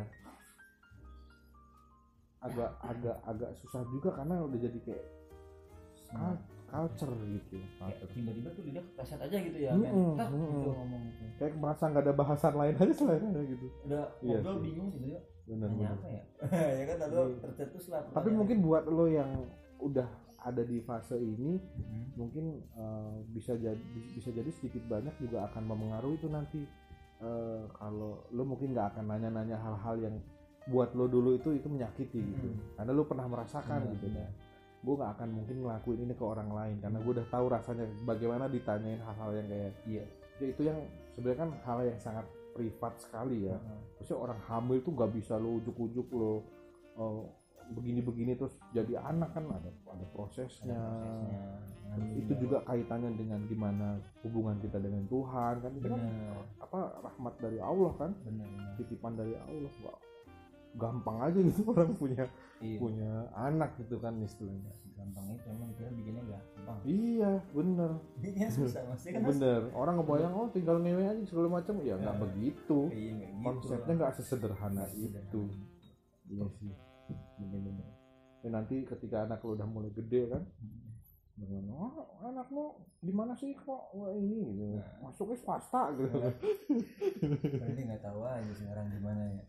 agak susah juga karena udah jadi kayak culture gitu. Tiba-tiba tuh dia kepleset aja gitu ya kan. Gitu ngomong gitu. Kayak merasa nggak ada bahasan lain aja selain gitu. Udah ngobrol bingung tiba-tiba. Benar. Apa ya? Ya kan lalu tercetus lah. Tapi mungkin buat lo yang udah ada di fase ini mungkin bisa jadi sedikit banyak juga akan memengaruhi itu nanti. Kalau lo mungkin nggak akan nanya-nanya hal-hal yang buat lo dulu itu menyakiti gitu, karena lo pernah merasakan gitu. Gue nggak akan mungkin ngelakuin ini ke orang lain karena gue udah tahu rasanya bagaimana ditanyain hal-hal yang kayak itu yang sebenarnya kan hal yang sangat privat sekali ya. Maksudnya orang hamil tuh nggak bisa lo ujuk-ujuk lo begini-begini terus jadi anak kan ada prosesnya. Itu juga kaitannya dengan gimana hubungan kita dengan Tuhan kan, itu kan rahmat dari Allah kan, titipan dari Allah. Nggak gampang aja gitu orang punya anak gitu kan istilahnya. Gampang itu emang kita bikinnya gampang. Iya bener. Bikinnya susah masih kan. Bener. Orang ngebayang tinggal ngewe aja segala macam, ya nggak begitu. Konsepnya nggak sesederhana itu. Iya sih. Bener. Dan nanti ketika anak lo udah mulai gede kan, dengan anakmu di mana sih kok ini gitu, masuknya swasta gitu. Ini nggak tahu aja sekarang gimana ya.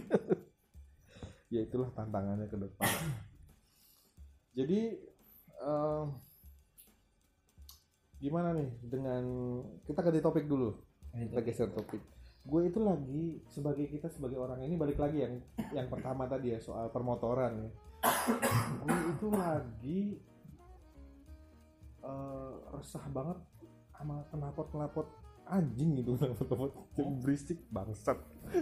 Ya itulah tantangannya ke depan. Jadi gimana nih dengan kita ganti topik dulu. Kita geser topik. Gue itu lagi sebagai orang ini balik lagi yang pertama tadi ya soal permotoran ya. Gue itu lagi resah banget sama knalpot anjing gitu, knalpot berisik bangsat.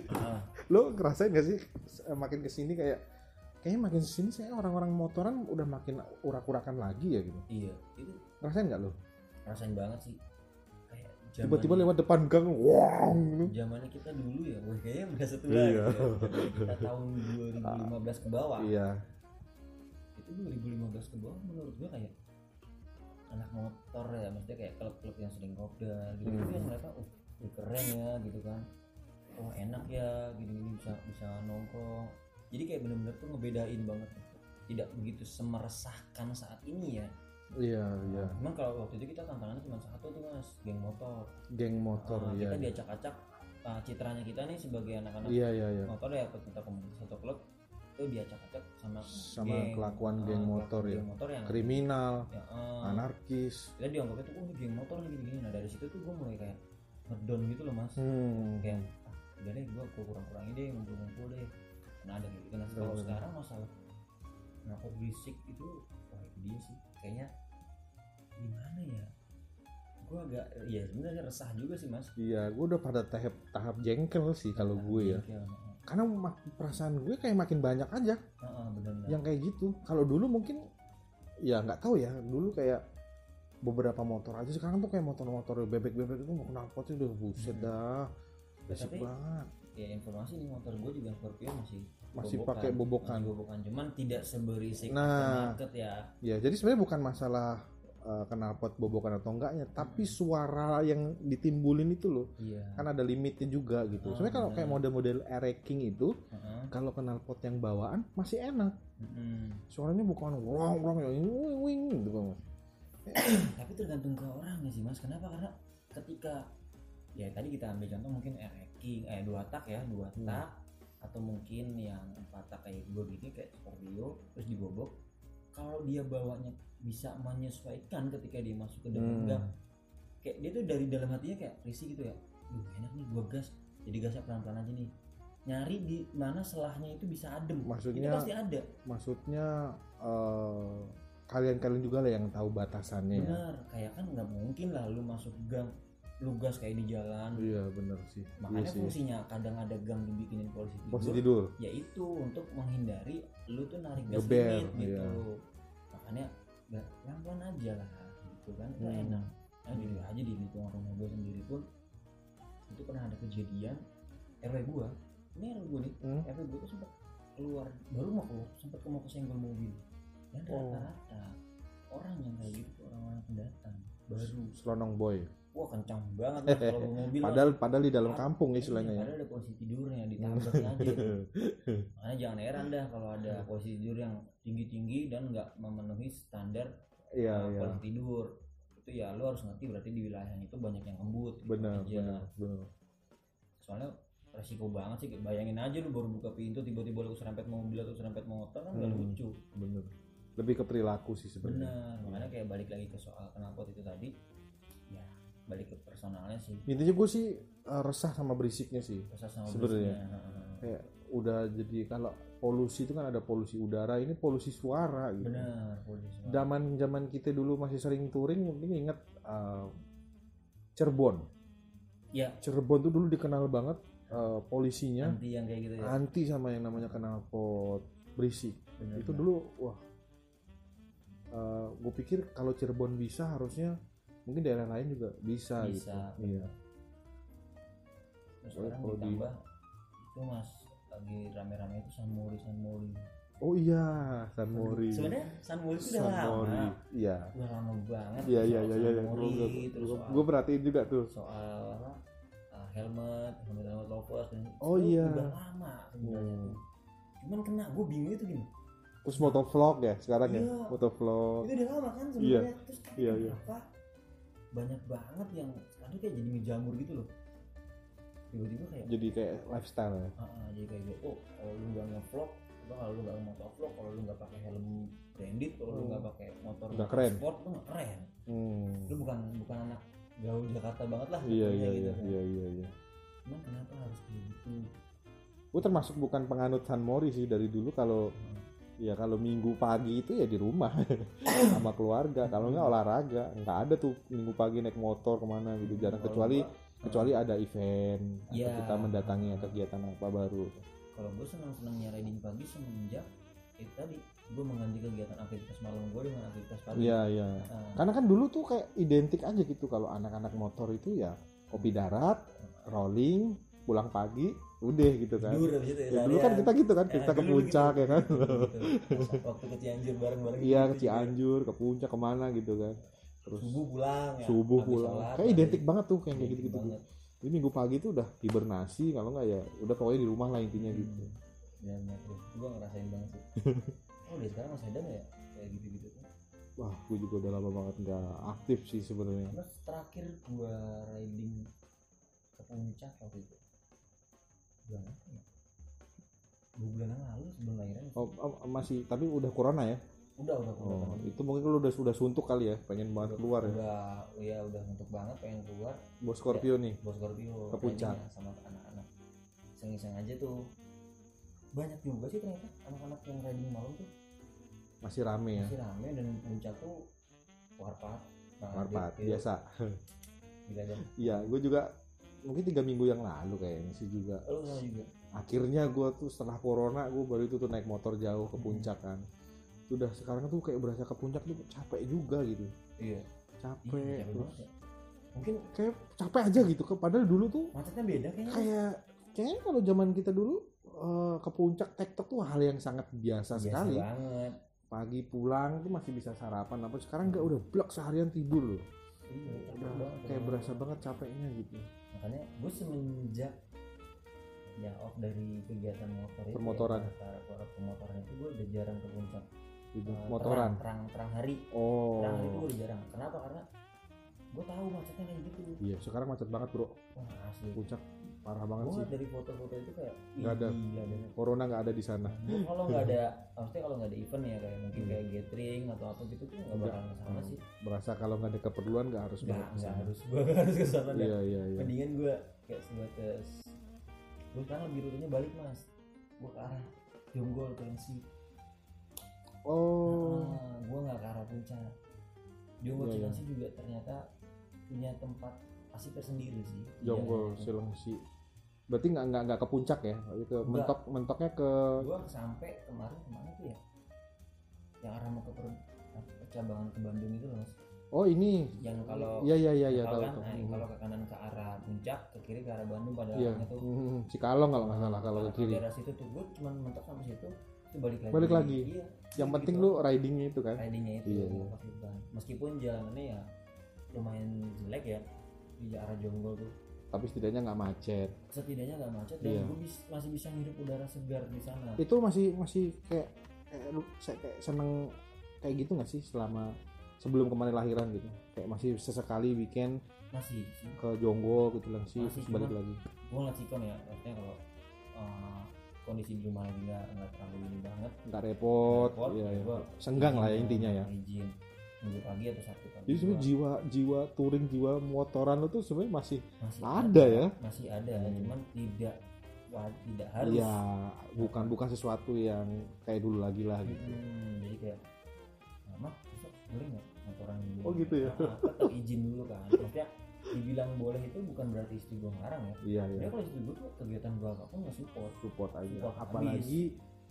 Lo ngerasain gak sih makin kesini kayaknya makin kesini saya orang-orang motoran udah makin urak-urakan lagi ya gitu. Iya itu ngerasain gak lo? Ngerasain banget sih. Tiba-tiba lewat depan gang, wow gitu. Zamannya kita dulu ya, kayaknya berasa tua gitu ya. Kita tahun 2015 ke bawah. Iya. Itu 2015 ke bawah menurut gua kayak anak motor ya, maksudnya kayak klub-klub yang sering kopdar gitu. Yang mereka keren ya gitu kan. Oh enak ya, gini-gini bisa nongkrong. Jadi kayak benar-benar tuh ngebedain banget. Tidak begitu semeresahkan saat ini ya. Iya. Memang kalau waktu itu kita tantangannya cuma satu tuh mas, geng motor. Iya. Kita diacak-acak citranya kita nih sebagai anak-anak motor ya, kita komunitas satu klub itu diacak-acak sama kelakuan geng motor ya, yang kriminal, anarkis. Kita dianggapnya tuh ini geng motor nih gini-gini. Nah dari situ tuh gue mulai kayak ngedown gitu loh mas. Kayak udah deh gue kurang-kurangin deh, ngumpul-ngumpul deh. Nah ada gitu. Nah kalau sekarang masalah knalpot berisik itu dia sih kayaknya gimana ya, gue agak ya sebenarnya resah juga sih mas. Iya, gue udah pada tahap jengkel sih kalau gue ya, karena perasaan gue kayak makin banyak aja bener. Yang kayak gitu. Kalau dulu mungkin ya nggak tahu ya, dulu kayak beberapa motor aja, sekarang tuh kayak motor-motor bebek-bebek itu mau knalpotnya udah buset dah basic banget. Ya informasi nih motor gue juga Scorpio masih pakai bobokan, cuman tidak seberisik market ya. Ya jadi sebenarnya bukan masalah knalpot bobokan atau enggaknya, tapi suara yang ditimbulin itu loh. Kan ada limitnya juga gitu. Sebenarnya kalau kayak model-model King itu, kalau knalpot yang bawaan masih enak. Suaranya bukan wong yang wing gitu. Tapi tergantung ke orang ya sih mas. Kenapa? Karena ketika ya tadi kita ambil contoh mungkin King 2 tak atau mungkin yang 4 tak kayak gue gini kayak Scorpio terus dibobok, kalau dia bawanya bisa menyesuaikan ketika dia masuk ke dalam gang, kayak dia tuh dari dalam hatinya kayak risih gitu ya, enak nih gua gas, jadi gasnya pelan-pelan aja nih, nyari di mana selahnya itu bisa adem, maksudnya itu pasti ada. Maksudnya kalian juga lah yang tahu batasannya. Benar, kayak kan nggak mungkin lah lu masuk gang lu gas kayak di jalan. Iya benar sih. Makanya iya fungsinya kadang ada gang dibikinin polisi tidur yaitu untuk menghindari lu tuh narik gas Geber, limit gitu. iya. Makanya pelan-pelan aja lah gitu kan, nggak enak. Nah jujur aja di lingkungan rumah gue sendiri pun itu pernah ada kejadian RW gue nih, RW gue tuh sempat keluar, baru mau keluar sempat mau kesenggol mobil, dan rata-rata orang yang kayak gitu orang-orang pendatang baru selonong boy. Wah kencang banget lah kalau mobil. Padahal di dalam kampung istilahnya ya. Padahal ada posisi tidurnya ditabraknya aja. Makanya jangan heran dah kalau ada posisi tidur yang tinggi-tinggi dan nggak memenuhi standar posisi tidur. Itu ya lo harus ngerti berarti di wilayah itu banyak yang kembut. Benar. Soalnya resiko banget sih, bayangin aja lu baru buka pintu tiba-tiba lu serempet mobil atau serempet motor kan nggak lucu. Bener. Lebih ke perilaku sih sebenarnya. Benar. Makanya kayak balik lagi ke soal knalpot itu tadi. Ya balik ke personalnya sih. Intinya gue sih resah sama berisiknya sih. Sebenarnya. Kayak udah jadi kalau polusi itu kan ada polusi udara, ini polusi suara gitu. Benar, polusi suara. Zaman kita dulu masih sering touring, mungkin ingat Cirebon. Ya. Cirebon tuh dulu dikenal banget polisinya. Anti yang kayak gitu ya. Anti sama yang namanya knalpot berisik. Benar, itu dulu wah. Gue pikir kalau Cirebon bisa harusnya mungkin daerah lain juga bisa gitu. Iya. Terus sekarang ditambah itu mas lagi rame-rame itu San Mori. Oh iya, San Mori. Sebenarnya San Mori itu udah lama. Iya. Udah lama banget. Iya. Gue perhatiin juga tuh. Soal helmet lovers. Oh iya. Udah lama sebenarnya. Cuman kena gue bingung itu gini. Terus motovlog ya sekarang ya, motovlog. Itu udah lama kan sebenarnya. Terus kenapa banyak banget yang sekarang kayak jadi ngejamur gitu loh. Tiba-tiba kayak lifestyle ya. Jadi kayak gitu. Kalau lu nggak nge-vlog, atau kalau lu nggak motovlog, kalau lu nggak pakai helm branded, kalau lu nggak pakai motor sport, lu nggak keren. Lu bukan anak gaul Jakarta banget lah. Iya. Cuman kenapa harus kayak gitu? Gue termasuk bukan penganut San Mori sih dari dulu. Kalau ya kalau minggu pagi itu ya di rumah sama keluarga, kalau nggak olahraga, nggak ada tuh minggu pagi naik motor kemana gitu, jarang, kecuali ada event atau kita mendatangi kegiatan apa baru. Kalau gue senang-senangnya riding pagi semenjak itu tadi gue mengganti kegiatan aktivitas malam gue dengan aktivitas pagi. Iya. Karena kan dulu tuh kayak identik aja gitu kalau anak-anak motor itu ya kopi darat, rolling, pulang pagi, udah gitu kan. Dulu kan kita gitu kan, kita ke puncak gitu. Ya kan. Waktu ke Cianjur bareng-bareng. Iya, ke Cianjur, ke puncak kemana gitu kan. Terus subuh pulang. Kayak identik banget tuh kayak gitu. Jadi minggu pagi tuh udah hibernasi, kalau nggak ya udah pokoknya di rumah lah intinya gitu. Ya, gue ngerasain banget sih. Dia sekarang masih ada nggak ya kayak gitu? Wah, gue juga udah lama banget nggak aktif sih sebenarnya. Terus terakhir gue riding ke puncak waktu itu. Bulan yang lalu sebelum lahiran. Masih, tapi udah corona ya? Udah. Itu mungkin lu udah suntuk kali ya, pengen banget keluar ya? Udah suntuk banget, pengen keluar. Bos Scorpio ya, nih. Bos Scorpio. Ke puncak. Sama anak-anak. Iseng-iseng aja tuh. Banyak juga sih ternyata anak-anak yang riding malam tuh. Masih rame ya? Masih rame, dan puncak tuh warpat biasa. Iya, gue juga mungkin 3 minggu yang lalu kayaknya sih juga. Juga. Akhirnya gue tuh setelah corona gue baru itu tuh naik motor jauh ke puncak kan. Udah sekarang tuh kayak berasa ke puncak tuh capek juga gitu. Iya. Capek. Terus mungkin kayak capek aja gitu. Padahal dulu tuh macetnya beda kayaknya. Kayaknya kalau zaman kita dulu ke puncak tektok tuh hal yang sangat biasa sekali. Banget. Pagi pulang tuh masih bisa sarapan, apa sekarang nggak, udah blok seharian tidur loh. Kayak berasa banget capeknya gitu. Makanya gue semenjak ya off dari kegiatan motor itu, permotoran itu gue udah jarang ke puncak. Motoran terang hari. Terang hari itu gue udah jarang. Kenapa? Karena gue tahu macetnya kayak gitu. Iya, sekarang macet banget bro. Asli. Puncak parah banget Gua sih. dari foto-foto itu kayak Nggak ada. gila deh. Corona nggak ada di sana. Gua kalau nggak ada, maksudnya kalau nggak ada event ya kayak mungkin kayak gathering atau apa gitu tuh nggak bakal kesana sih. Berasa kalau nggak ada keperluan nggak harus Nggak banget kesana. harus, gua nggak harus kesana dah. Iya iya iya. Mendingan gua kayak sebatas, gua sekarang lebih rutenya balik mas, gua ke arah Jonggol Pensi. Oh. Gua nggak ke arah puncak. Jonggol Iya, iya. Cilengsi juga ternyata punya tempat asik tersendiri sih. Jonggol Iya, Cilengsi. Berarti nggak ke puncak ya? Itu Nggak. mentoknya ke. Gua sampai kemarin kemana tuh ya, yang arah mau ke percabangan ke Bandung itu loh mas, Oh ini. yang kalau Iya iya iya iya tahu tahu kan, tahu. nah, kalau ke kanan ke arah puncak, ke kiri ke arah Bandung pada Iya. arahnya tuh. Cikalong kalau nggak salah kalau ke kiri. Daerah situ tuh gue cuma mentok sampai situ, itu balik lagi. Iya. Yang Gitu penting gitu. lu ridingnya itu kan. Ridingnya itu Iya, iya. pakai ban. Meskipun jalanannya ya lumayan jelek ya di arah Jonggol tuh, Tapi setidaknya nggak macet. setidaknya nggak macet dan Iya. gue masih bisa ngirup udara segar di sana. Itu masih kayak seneng kayak gitu nggak sih selama sebelum kemarin lahiran gitu? Kayak masih sesekali weekend Masih sih. ke Jonggol gitu langsung Masih, terus balik cuman- lagi. Gue ngeliat sikon ya, artinya kalau kondisi di rumah lagi nggak terlalu ini banget, Nggak repot. repot, Iya, ya iya. gua Senggang lah ya izin, intinya ya. izin Minggu pagi atau Sabtu pagi. Jadi sebenarnya gua jiwa touring, jiwa motoran lo tuh sebenarnya masih masih ada ya. masih ada, cuman tidak harus. Iya, bukan sesuatu yang kayak dulu lagi lah gitu. Jadi kayak mama besok boleh nggak motoran dulu? Oh, gitu ya? Tetap izin dulu kan. Maksudnya dibilang boleh itu bukan berarti istri gue ngarang ya. Iya iya. Dia kalau istri gue tuh kegiatan gue apapun nggak support. Support aja. Support Apalagi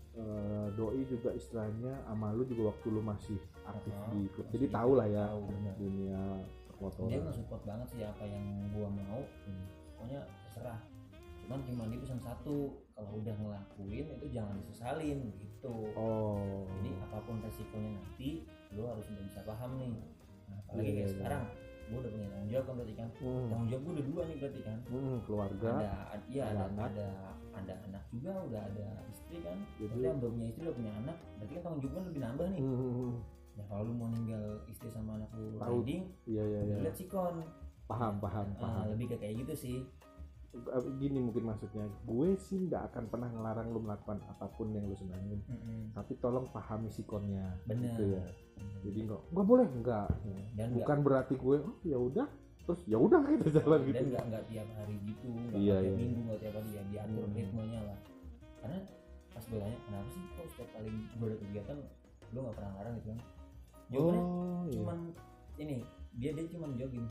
doi juga istilahnya sama lu juga waktu lu masih aktif di klub. Jadi masih tahu lah ya tahu, benar. dunia Dia permotoran. nge-support banget sih apa yang gue mau. Pokoknya terserah. Cuman cuma dia pesan satu, kalau udah ngelakuin itu jangan disesalin gitu. Oh. Jadi apapun resikonya nanti lu harus udah bisa paham nih. Nah, apalagi Iya, kayak iya. sekarang gue udah punya tanggung jawab kan berarti kan. Tanggung jawab gue udah dua nih berarti kan. Keluarga. ada anak. Ada anak juga, udah ada istri kan. Jadi- Maksudnya udah punya istri, udah punya anak, berarti kan tanggung jawab kan lebih nambah nih. Ya kalau lu mau ninggal istri sama anak lu Tahu. riding, Iya iya iya. lihat sikon. Paham. Lebih ke kayak gitu sih. Gini mungkin maksudnya, gue sih nggak akan pernah ngelarang lu melakukan apapun yang lu senangin. Tapi tolong pahami sikonnya. Bener. Gitu ya. Jadi nggak boleh nggak. Dan Bukan berarti gue oh ya udah terus ya udah kita jalan gitu. dan nggak tiap hari gitu, nggak Iya, tiap iya. minggu, nggak tiap hari ya, diatur ritmenya lah. Karena pas gue tanya kenapa sih kok setiap kali gue ada kegiatan lu nggak pernah larang gitu kan? Jawabannya iya. cuman ini, dia cuman jogging.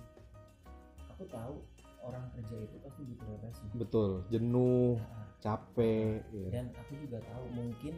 Aku tahu orang kerja itu pasti butuh refreshing. Betul, jenuh, Nah, capek. Iya. dan aku juga tahu mungkin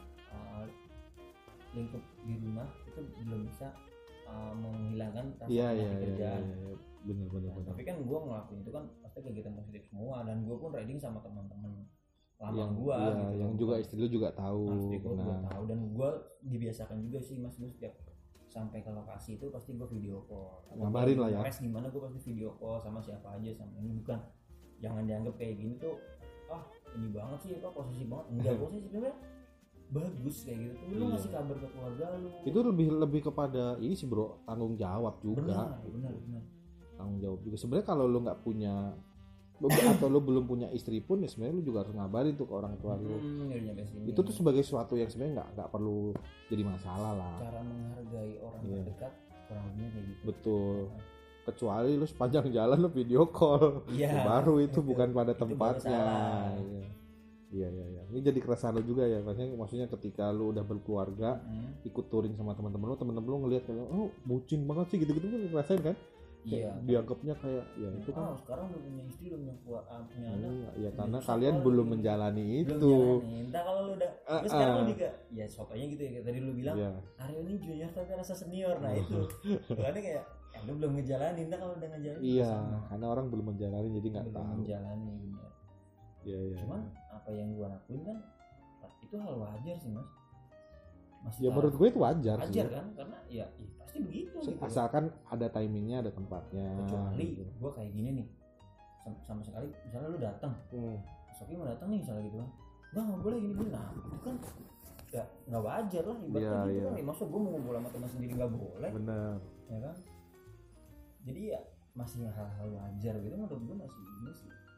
lingkup di rumah itu belum bisa menghilangkan rasa Iya penat iya di iya. kerjaan. Bener. Nah, tapi kan gue ngelakuin itu kan pasti kegiatan positif semua, dan gue pun riding sama teman-teman lama yang gue iya, gitu. yang juga istri lu juga tahu. Istri gue juga Nah, tahu, dan gue dibiasakan juga sih mas, gue setiap sampai ke lokasi itu pasti gue video call. Ngabarin lah ya. Res gimana gue pasti video call sama siapa aja, sama ini bukan, jangan dianggap kayak gini tuh ini banget sih apa posisi banget, enggak. Posisi sebenarnya bagus kayak gitu tuh, lu Iya. ngasih kabar ke keluarga lu. itu lebih kepada ini sih bro, tanggung jawab juga. benar. Tanggung jawab juga. Sebenarnya kalau lu nggak punya atau lu belum punya istri pun ya sebenarnya lu juga harus ngabarin tuh ke orang tua lu. Udah nyampe sini. Itu tuh sebagai sesuatu yang sebenarnya nggak perlu jadi masalah lah. Cara menghargai orang Iya. terdekat kurang lebihnya kayak gitu. Betul. Kecuali lu sepanjang jalan lu video call. Iya. Baru itu bukan pada Itu baru tempatnya. salah. Iya. Ini jadi keresahan lu juga ya. Maksudnya ketika lu udah berkeluarga, ikut touring sama teman-teman lu ngelihat kayak oh bucin banget sih gitu-gitu lu ngerasain kan? Iya. Dianggapnya kayak ya itu kan. Sekarang udah punya istri, udah punya anak. Iya, karena Bisa kalian kalau belum lu- menjalani Belum itu. jalanin. Entah kalau lu udah terus sekarang lu juga ya sopanya gitu ya, kayak tadi lu bilang Iya. Aryo ini junior tapi rasa senior. Nah itu makanya kayak lu belum ngejalanin. Entah kalau udah ngejalanin Iya, sama. karena orang belum menjalani jadi nggak Belum tahu. menjalani benar. Iya. Cuman apa yang gua lakuin kan itu hal wajar sih mas. Ya menurut gue itu wajar sih. wajar kan, karena ya pasti begitu gitu. Asalkan ada timingnya, ada tempatnya. Kecuali gitu. gue kayak gini nih, sama sekali misalnya lu datang, Sofi mau datang nih misalnya gitu kan, nggak boleh gini, nah itu kan nggak wajar lah ibaratnya Iya, gitu iya. kan. Masa gue mau ngumpul sama teman sendiri nggak boleh, Bener. ya kan? Jadi ya masih hal-hal wajar gitu menurut gue, masih ini sih masih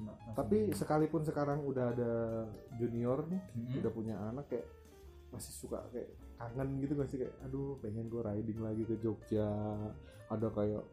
Tapi sekalipun sekarang udah ada junior nih, udah punya anak, kayak masih suka kayak kangen gitu gak sih, kayak aduh pengen gue riding lagi ke Jogja, ada kayak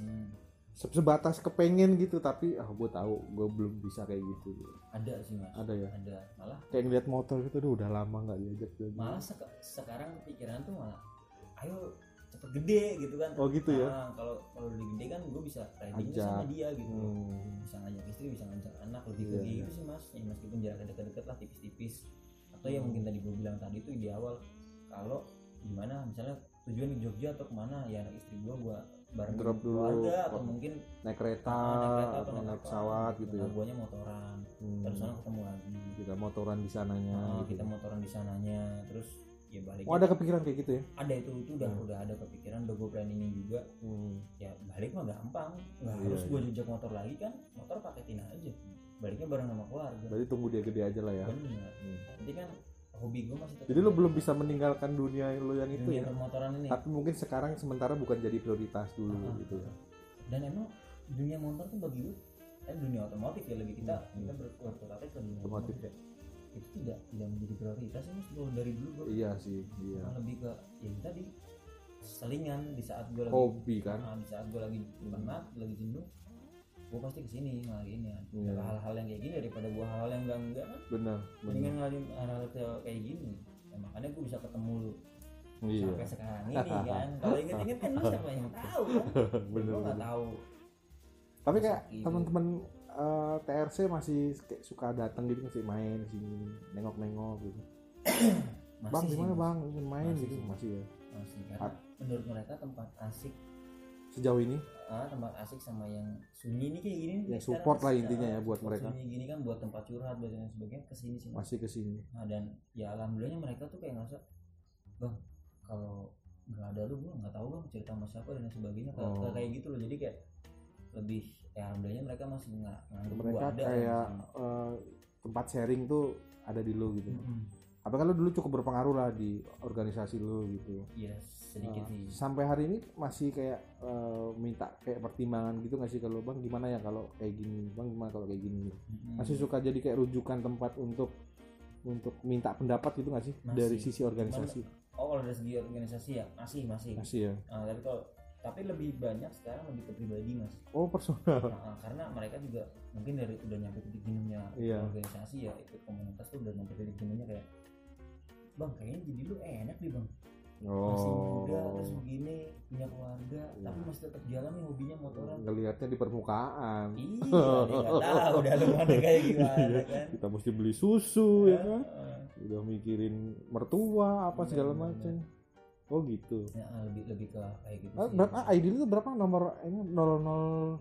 sebatas kepengen gitu, tapi gue tahu gue belum bisa kayak gitu. Ada sih Mas. Ada ya. Ada, malah kayak ngeliat motor gitu, udah lama nggak diajak lagi. Malah sekarang kepikiran tuh malah ayo cepet gede gitu kan. Oh gitu ya. Kalau udah gede kan gue bisa riding sama dia gitu. Bisa ngajak istri, bisa ngajak anak, lebih ke gitu sih Mas. Ya, meskipun jarak deket-deket lah, tipis-tipis. Atau yang mungkin tadi gue bilang tadi tuh di awal, kalau gimana misalnya tujuan di Jogja atau kemana ya, anak istri gue bareng drop dulu keluarga, atau mungkin naik kereta atau naik pesawat gitu ya. Guanya motoran, terus sana ketemu lagi. Kita motoran di sananya. Gitu. Kita motoran di sananya, terus ya balik. Oh ada kepikiran kayak gitu ya? Ada itu udah ada kepikiran, udah gue planningin juga. Ya balik mah gampang, nggak harus gue jejak motor lagi kan, motor paketin aja. Baliknya bareng sama keluarga. Berarti tunggu dia gede aja lah ya. Benar. Nanti kan hobi gue masih tetap. Jadi lo belum bisa meninggalkan dunia lo yang itu ya? Permotoran ini. Tapi mungkin sekarang sementara bukan jadi prioritas dulu gitu ya. Dan emang dunia motor tuh bagi gue, dunia otomotif ya, lebih kita berkutat ke dunia otomotif ya. Itu tidak menjadi prioritas sih Mas, dari dulu gue. Iya sih, iya. Lebih ke yang tadi selingan di saat gue lagi hobi kan. Di saat gue lagi penat, lagi jenuh, gue pasti kesini ngelakuin ya. Hal-hal yang kayak gini daripada gue hal-hal yang enggak kan. Benar. Mendingan ngelakuin hal-hal kayak gini. Ya, makanya gue bisa ketemu lu sampai sekarang ini kan. Kalau inget-inget kan lu siapa yang tahu kan. Gue nggak tahu. Tapi kayak teman-teman TRC masih kayak suka datang gitu, masih main sini, nengok-nengok gitu. Bang gimana bang, ingin main gitu masih ya. Masih, karena menurut mereka tempat asik sejauh ini. Tempat asik sama yang sunyi nih kayak gini. Yang support lah intinya ya buat mereka. Sunyi gini kan buat tempat curhat dan sebagainya, kesini sih. Masih kesini. Nah dan ya alhamdulillahnya mereka tuh kayak ngerasa, bang kalau nggak ada lu gue nggak tahu bang cerita sama siapa dan sebagainya. Kayak gitu loh, jadi kayak lebih ya alhamdulillahnya mereka masih nganggep mereka ada kayak tempat sharing tuh ada di lo gitu. Apa kalau dulu cukup berpengaruh lah di organisasi lo gitu. Iya sedikit sih. Sampai hari ini masih kayak minta kayak pertimbangan gitu nggak sih, kalau bang gimana ya kalau kayak gini, bang gimana kalau kayak gini. Masih suka jadi kayak rujukan tempat untuk minta pendapat gitu nggak sih dari sisi organisasi? Kalau dari segi organisasi ya masih ya. Tapi lebih banyak sekarang lebih ke pribadi Mas. Oh personal. Karena mereka juga mungkin dari udah nyampe titik jenuhnya organisasi ya, ikut komunitas tuh udah nyampe titik jenuhnya kayak, bang kayaknya jadi lu enak nih bang, masih muda terus begini punya keluarga tapi masih tetap jalan nih hobinya motoran. Ngelihatnya di permukaan. Iya, nggak tahu udah lu mana kayak gimana kan. Kita mesti beli susu ya kan. Udah mikirin mertua apa segala macam. Oh gitu. Ya, lebih ke kayak gitu. Berapa ID itu berapa nomor ini 00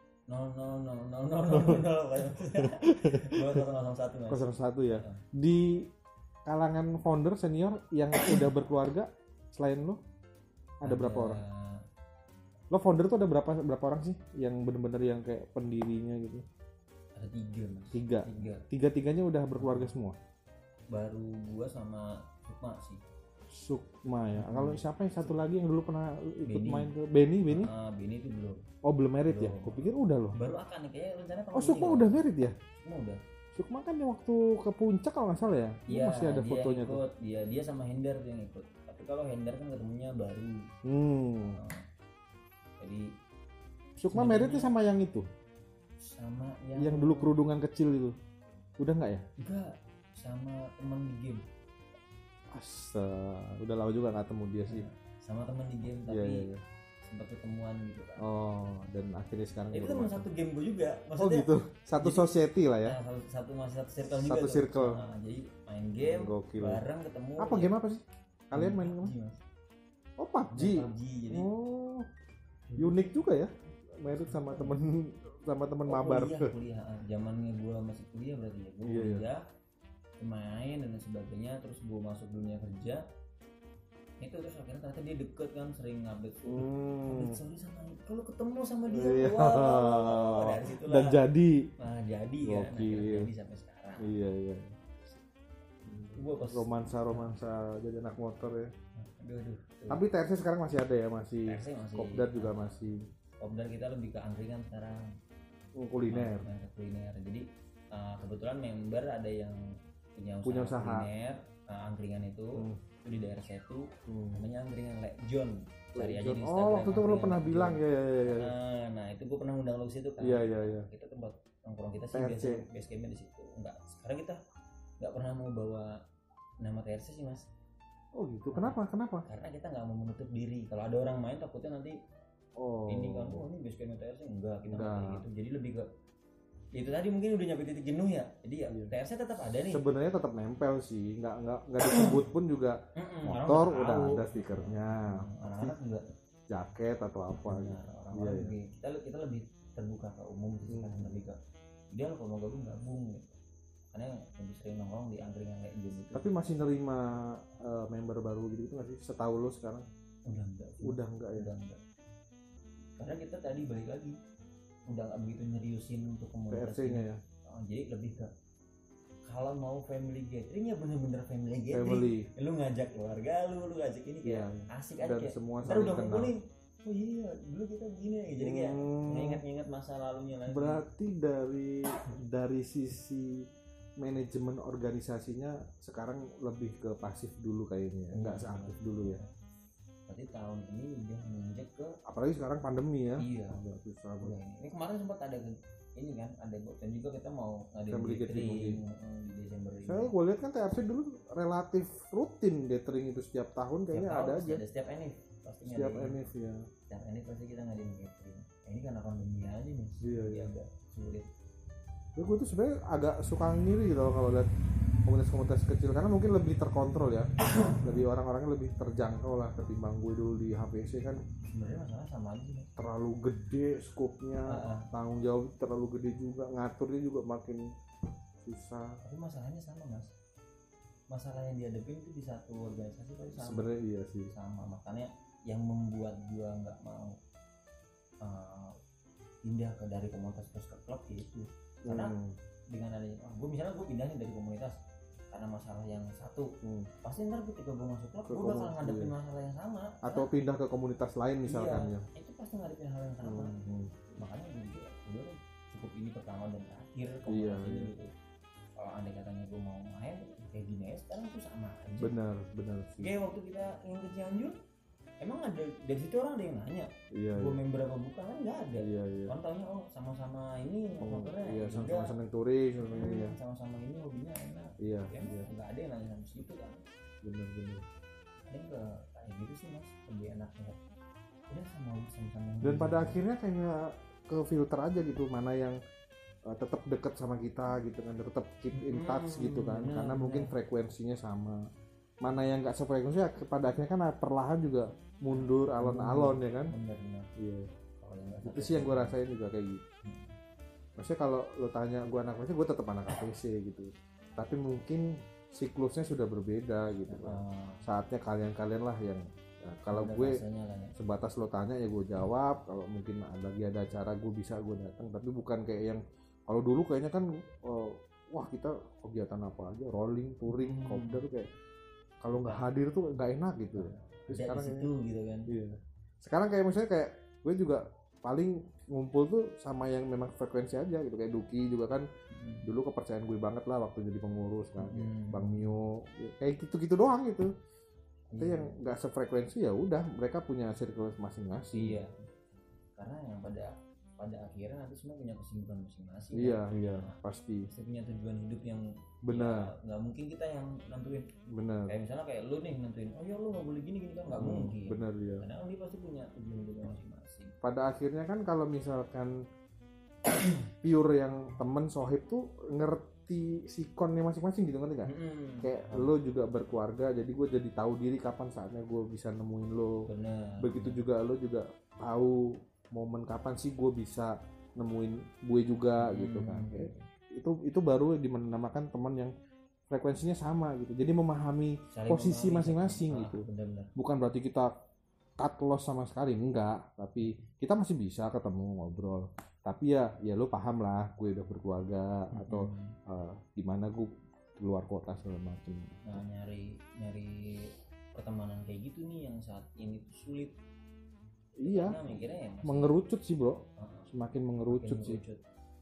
01 ya. Di kalangan founder senior yang udah berkeluarga selain lo ada berapa orang? Lo founder tuh ada berapa orang sih yang benar-benar yang kayak pendirinya gitu? Ada 3 Mas. 3. Tiga-tiganya udah berkeluarga semua? Baru gua sama Sukma sih. Sukma ya. Kalau siapa yang satu lagi yang dulu pernah ikut main ke Benny? Benny itu belum. Oh belum married ya? Kupikir udah loh. Baru akan nih kayaknya rencana tahun. Oh Sukma udah married ya? Sukma udah. Sukma kan yang waktu ke puncak kalau nggak salah ya? Iya. Masih ada fotonya ikut, tuh. Dia sama Hendar tuh yang ikut. Tapi kalau Hendar kan ketemunya baru. Jadi Sukma marriednya sama yang itu? Sama yang dulu kerudungan kecil itu. Udah nggak ya? Enggak. Sama teman di game. Udah lama juga nggak temu dia sih. Sama teman di game tapi sempat ketemuan gitu kan. Oh, dan akhirnya sekarang itu teman satu game gue juga. Maksudnya, oh gitu. Satu society lah ya. Satu circle juga. Satu circle. Jadi main game bareng ketemu. Apa game apa sih? Kalian main apa? Oh PUBG. Jadi. Oh. Unik juga ya. Merit sama teman mabar. Kuliah. Zamannya gue masih kuliah berarti ya. Gue kuliah. Main dan sebagainya, terus gue masuk dunia kerja itu, terus akhirnya ternyata dia deket kan, sering update story sama kalau ketemu sama dia. Dari situlah dan jadi kan jadi sampai sekarang. Iya Gua pas romansa jadi anak motor ya. Aduh. Tapi TRC sekarang masih ada ya, masih. Kopdar juga masih. Kopdar kita lebih ke angkringan sekarang. kuliner. Mindset kuliner. Jadi kebetulan member ada yang punya usaha kuliner, angkringan itu di daerah situ, namanya angkringan Lek John. Cari aja di Instagram. Waktu itu lo pernah bilang ya. Nah itu gue pernah undang lo ke situ kan. Iya. Kita tempat nongkrong kita sih biasa base campnya di situ. Enggak, sekarang kita nggak pernah mau bawa nama TRC sih mas. Oh gitu. Kenapa? Karena kita nggak mau menutup diri. Kalau ada orang main takutnya nanti ini kan, ini base campnya TRC enggak, kita nggak kayak gitu. Jadi lebih ke itu tadi mungkin udah nyampe titik jenuh ya. Jadi ya TRC tetap ada nih. Sebenarnya tetap nempel sih. Nggak disebut pun juga motor udah ada stikernya. Anak-anak juga jaket atau apa. Orang-orang lebih kita lebih terbuka ke umum sih kan, lebih ke dia kalau mau gabung gitu. Karena lebih sering nongkrong di angkringan kayak gitu. Tapi masih nerima member baru gitu nggak sih? Setahu lo sekarang? Udah enggak ya. Karena kita tadi balik lagi udah nggak begitu nyeriusin untuk komunitas PRC-nya ya. Jadi lebih ke kalau mau family gathering ya bener-bener family gathering. Lu ngajak keluarga lu ngajak ini kayak asik aja. Dan semua ntar udah kumpulin. Oh iya, dulu kita begini ya. Jadi kayak nginget-nginget masa lalunya lagi. Berarti dari sisi manajemen organisasinya sekarang lebih ke pasif dulu kayaknya, nggak seaktif dulu ya. Berarti tahun ini udah menginjak ke, apalagi sekarang pandemi ya. Iya. Ini kemarin sempat ada ini kan, ada dan juga kita mau ngadain gathering di Desember ini. Saya gue lihat kan TRC dulu relatif rutin gathering itu setiap tahun kayaknya ada aja. Ada setiap enif pastinya. Setiap enif ya. Setiap enif pasti kita ngadain gathering. Ini karena pandemi aja nih. Iya. Agak sulit. Ya, gue tuh sebenarnya agak suka ngiri gitu kalau lihat komunitas-komunitas kecil karena mungkin lebih terkontrol ya. Lebih orang-orangnya lebih terjangkau lah ketimbang gue dulu di HPC kan. Sebenarnya masalah sama aja nih. Terlalu gede skopnya, tanggung jawab terlalu gede juga, ngaturnya juga makin susah. Tapi masalahnya sama mas. Masalah yang dihadapin itu di satu organisasi tapi sama. Sebenarnya iya sih. Sama, makanya yang membuat gue nggak mau pindah dari komunitas ke klub itu. Karena dengan adanya gue misalnya gue pindah nih dari komunitas karena masalah yang satu pasti ntar ketika gue masuk klub gue bakal ngadepin masalah yang sama atau pindah ke komunitas lain misalkan ya itu pasti ngadepin hal yang sama. Makanya gue cukup ini pertama dan terakhir komunitas ini gitu. Kalau andai katanya gue mau main kayak gini ya sekarang tuh sama aja. Benar sih. Kayak waktu kita ingin ke Cianjur emang ada dari situ orang ada yang nanya gue member apa bukan kan nggak ada. Kan taunya sama-sama ini motornya sama-sama seneng touring sama-sama ini hobinya enak nggak ada yang nanya sama situ kan. Bener ada yang kayak gitu sih mas, lebih enak ya udah sama-sama dan pada akhirnya kayak ke filter aja gitu mana yang tetap dekat sama kita gitu kan, tetap keep in touch gitu kan karena mungkin frekuensinya sama. Mana yang nggak sefrekuensi ya pada akhirnya kan perlahan juga mundur alon-alon ya kan. Benar. Iya. Itu sih yang gue rasain juga kayak gitu. Maksudnya kalau lo tanya gue anak APC, gue tetap anak APC gitu. Tapi mungkin siklusnya sudah berbeda gitu kan. Saatnya kalian lah yang kalau gue sebatas lo tanya ya gue jawab. Kalau mungkin lagi ada acara gue bisa gue datang. Tapi bukan kayak yang kalau dulu kayaknya kan wah kita kegiatan apa aja rolling, touring, kopdar kayak kalau nggak hadir tuh nggak enak gitu. Sekarang itu gitu kan. Iya. Sekarang kayak misalnya kayak gue juga paling ngumpul tuh sama yang memang frekuensi aja gitu kayak Duki juga kan dulu kepercayaan gue banget lah waktu jadi pengurus kan Bang Mio kayak gitu doang gitu. Itu yang nggak sefrekuensi ya udah mereka punya circle masing-masing. Iya. Karena yang pada akhirnya nanti semua punya kesibukan masing-masing. Iya pasti. Punya tujuan hidup yang benar. Nggak mungkin kita yang nentuin. Benar. Kayak misalnya kayak lu nih nentuin, oh ya lu nggak boleh gini kan nggak mungkin. Benar ya. Karena dia pasti punya tujuan hidup masing-masing. Pada akhirnya kan kalau misalkan pure yang temen sohib tuh ngerti sikonnya masing-masing gitu ngerti nggak? Kayak lo juga berkeluarga, jadi gue jadi tahu diri kapan saatnya gue bisa nemuin lo. Benar. Begitu juga lo juga tahu momen kapan sih gue bisa nemuin gue juga gitu kan. Kayak itu baru dinamakan teman yang frekuensinya sama gitu. Jadi memahami posisi masing-masing gitu. Benar. Bukan berarti kita cut loss sama sekali, enggak. Tapi kita masih bisa ketemu ngobrol. Tapi ya lo paham lah gue udah berkeluarga atau gimana gue keluar kota segala macam. Nah nyari pertemanan kayak gitu nih yang saat ini tuh sulit. Iya. Ya, mengerucut sih bro, semakin mengerucut sih.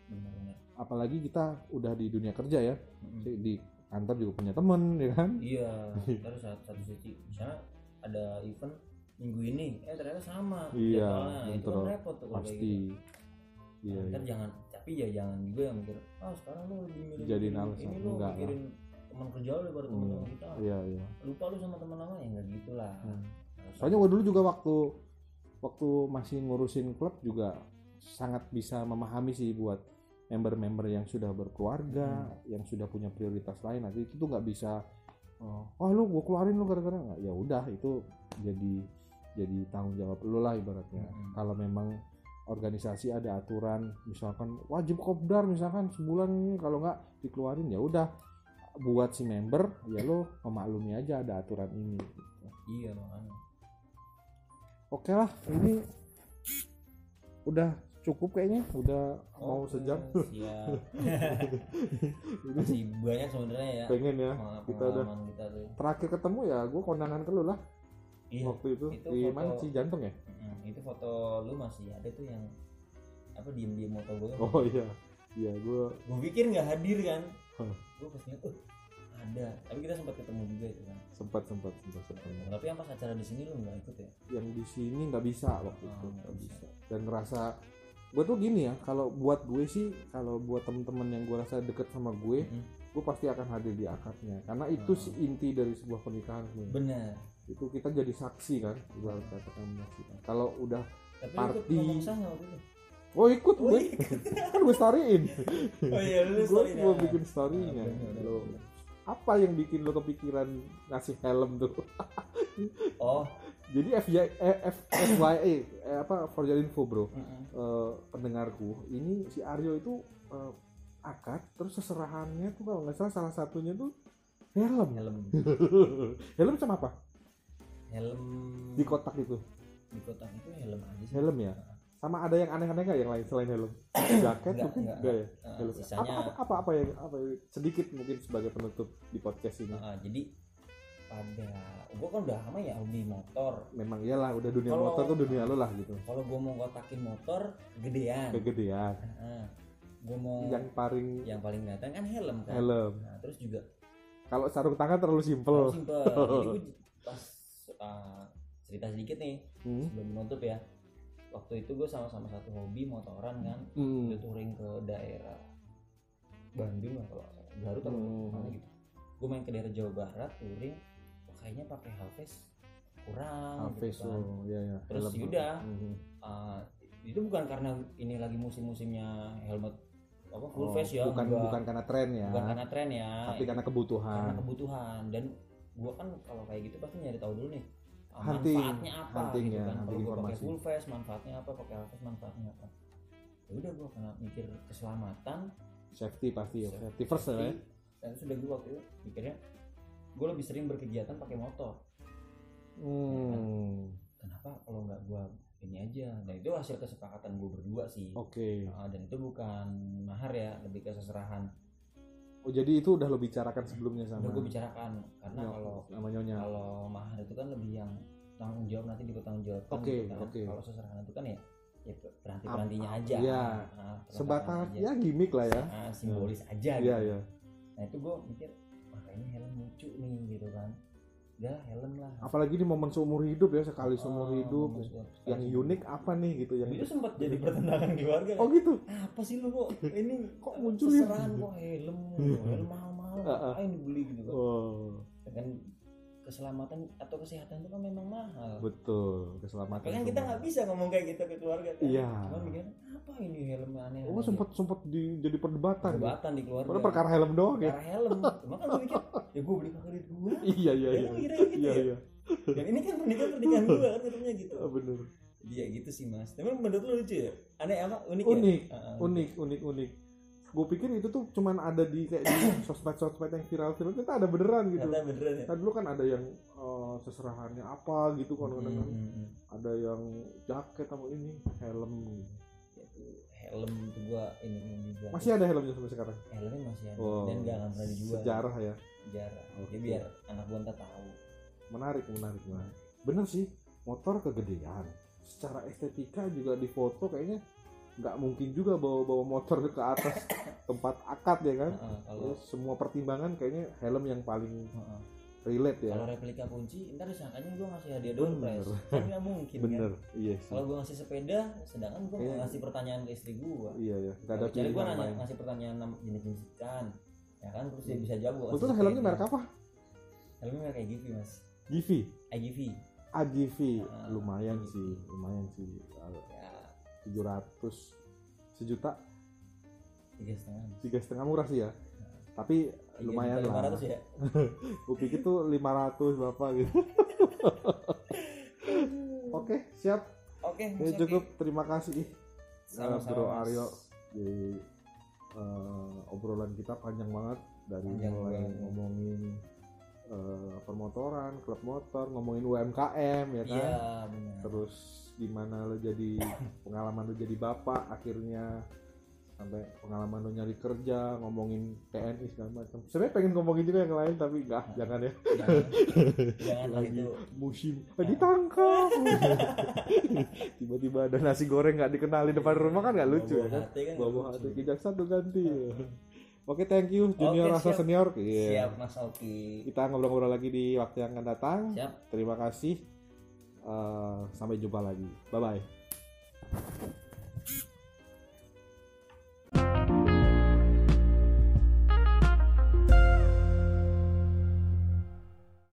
benar. Apalagi kita udah di dunia kerja ya, di kantor juga punya temen ya kan. Iya, terus satu sisi misalnya ada event minggu ini ternyata sama Iya, jadwalnya, itu kan repot tuh kalau kayak pasti gitu. iya, Ntar iya. jangan, tapi ya jangan juga yang mikir sekarang lu lagi Jadiin alasan. ini lu Enggak lah. mikirin teman kerja lu daripada teman-teman kita, Iya, iya. lupa lu sama teman lama, ya nggak gitulah. Soalnya gue dulu juga waktu masih ngurusin klub juga sangat bisa memahami sih buat member-member yang sudah berkeluarga, yang sudah punya prioritas lain. Nanti itu tuh nggak bisa, lu gue keluarin lu gara-gara nggak. Ya udah, itu jadi tanggung jawab lu lah ibaratnya. Kalau memang organisasi ada aturan, misalkan wajib kopdar misalkan sebulan ini, kalau nggak dikeluarin ya udah, buat si member ya lo memaklumi aja ada aturan ini gitu. Iya makanya. Oke lah, ini udah cukup kayaknya, udah mau sejam. Siap. Masih banyak sebenarnya ya. Pengen ya, kita udah kita tuh. terakhir ketemu ya gue kondangan ke lu lah. Iya, waktu itu di foto, mana sih, Jantung ya? Itu foto lu masih ada tuh yang apa, diem moto gue. Oh iya gue pikir nggak hadir kan. Gue pas lihat ada, tapi kita sempat ketemu juga itu kan. sempat. Tapi yang pas acara di sini lu nggak ikut ya? Yang di sini nggak bisa waktu itu, nggak bisa. Dan ngerasa gue tuh gini ya, kalau buat gue sih, kalau buat temen-temen yang gue rasa deket sama gue, gue pasti akan hadir di akadnya, karena itu sih inti dari sebuah pernikahan. Benar. Itu kita jadi saksi kan, ibarat katakan menyaksikan. Kalau udah tapi party, ikut gue kan gue storyin. Oh iya, lu storyin. Gue bikin storynya. Lo apa yang bikin lo kepikiran ngasih helm tuh? Oh, jadi FYI for your info bro, pendengarku, ini si Aryo itu akad, terus seserahannya tuh kalau nggak salah satunya tuh helm. Helm sama apa? Helm di kotak itu. Di kotak itu helm aja sih. Helm ya. Sama ada yang aneh-aneh nggak yang lain selain helm? Jaket mungkin enggak ya? Helm. Sisanya apa yang sedikit mungkin sebagai penutup di podcast ini. Jadi pada gue kan udah lama ya hobi motor. Memang iyalah, udah dunia motor tuh dunia lo lah gitu. Kalau gue mau kotakin motor kegedean. Gue mau yang paling datang kan helm kan. Nah, terus juga kalau sarung tangan terlalu simpel. Jadi gue pas cerita sedikit nih sebelum menutup ya. Waktu itu gue sama satu hobi motoran kan. Udah touring ke daerah Bandung lah, kalau Garut atau mana gitu. Gue main ke daerah Jawa Barat touring, kayaknya pakai Halves kurang gitu kan. Iya. Terus yaudah itu bukan karena ini lagi musim-musimnya helmet full face ya, bukan karena tren ya, tapi karena kebutuhan. Dan gue kan kalau kayak gitu pasti nyari tahu dulu nih manfaatnya apa gitu kan. Kalau gue pakai full face manfaatnya apa, pakai half face manfaatnya apa. Ya udah, gue karena mikir keselamatan, safety pasti ya, safety first ya. Dan sudah gue waktu itu mikirnya gue lebih sering berkegiatan pakai motor. Kenapa kalau nggak gue ini aja? Dan itu hasil kesepakatan gue berdua sih. Oke. Dan itu bukan mahar ya, lebih ke seserahan. Oh, jadi itu udah lo bicarakan sebelumnya sama? Udah gue bicarakan, karena kalau mahar itu kan lebih yang tanggung jawab, nanti ditanggung jawab. Oke. Kalau seserahan itu kan ya peranti-perantinya aja. Iya. Sebatas ya gimmick lah ya. Simbolis aja. Iya, gitu. Iya. Nah itu gue mikir, ini helm lucu nih gitu kan. Udah helm lah. Apalagi di momen seumur hidup ya, sekali seumur hidup. Yang unik apa nih gitu? Yang itu sempat jadi pertentangan keluarga. Oh gitu. Apa sih lu kok ini kok muncul seserahan kok helm mahal-mahal ngapain dibeli gitu kan. Dengan keselamatan atau kesehatan itu kan memang mahal. Betul, keselamatan. Kan kita nggak bisa ngomong kayak gitu ke keluarga kan. Iya. Cuma mikir apa ini helm aneh. sempat jadi perdebatan di keluarga. Padahal perkara helm doang ya. Perkara helm. Cuma kan gue mikir, ya gue beli pakai duit gue. Iya. Iya. Dan ini kan pernikahan gue kan katanya gitu. Bener. Iya gitu sih mas. Tapi menurut lu lucu ya? Aneh apa? Unik. Unik. Gue pikir itu tuh cuman ada di kayak di sosmed yang viral kita ada beneran gitu. Ada beneran ya? Kan dulu kan ada yang seserahannya apa gitu kan. Ada yang jaket sama ini helm. Helm itu gua ini juga. Masih ada helmnya sampai sekarang? Helmnya masih ada. Dan nggak akan pernah dijual. Sejarah ya. Jadi biar anak gua ntar tahu. Menarik. Bener sih, motor kegedean. Secara estetika juga di foto kayaknya nggak mungkin juga bawa motor ke atas tempat akad ya kan. Kalau semua pertimbangan kayaknya helm yang paling relate ya. Kalau replika kunci ntar disangkanya gue ngasih hadiah door prize, kan nggak mungkin. Bener, kan? iya sih. Kalau gue ngasih sepeda, sedangkan gue mau ngasih pertanyaan ke istri gue. Iya ya, nggak ada Jadi gue pilihan lain. ngasih pertanyaan jenis-jenis ikan, ya kan, terus dia bisa jawab. Betul, helmnya merek apa? Helmnya merek IGV mas. GV. IGV. AGV, lumayan sih. Ya. 700 sejuta. 3,5. 3,5 murah sih ya. Tapi lumayan lah. 500 ya. Gue pikir tuh 500 berapa gitu. Oke, siap. Oke, Ya, cukup. Terima kasih Sama-sama, Bro Mas. Aryo. Jadi obrolan kita panjang banget dari Panjang mulai banget. ngomongin permotoran, klub motor, ngomongin UMKM ya kan. Iya, benar. Terus gimana lo jadi pengalaman lo jadi bapak akhirnya, sampai pengalaman lo nyari kerja, ngomongin TNI segala macam. Sebenarnya pengen ngomongin juga yang lain tapi enggak, jangan ya. Jangan Lagi itu. musim ditangkap. Tiba-tiba ada nasi goreng nggak dikenal di depan rumah kan nggak lucu ya kan. Bawa hati kejaksaan tuh ganti. Oke, thank you junior Oke, rasa siap. senior. Iya. Siap Mas Oki. Kita ngobrol-ngobrol lagi di waktu yang akan datang. Siap. Terima kasih. Sampai jumpa lagi. Bye bye.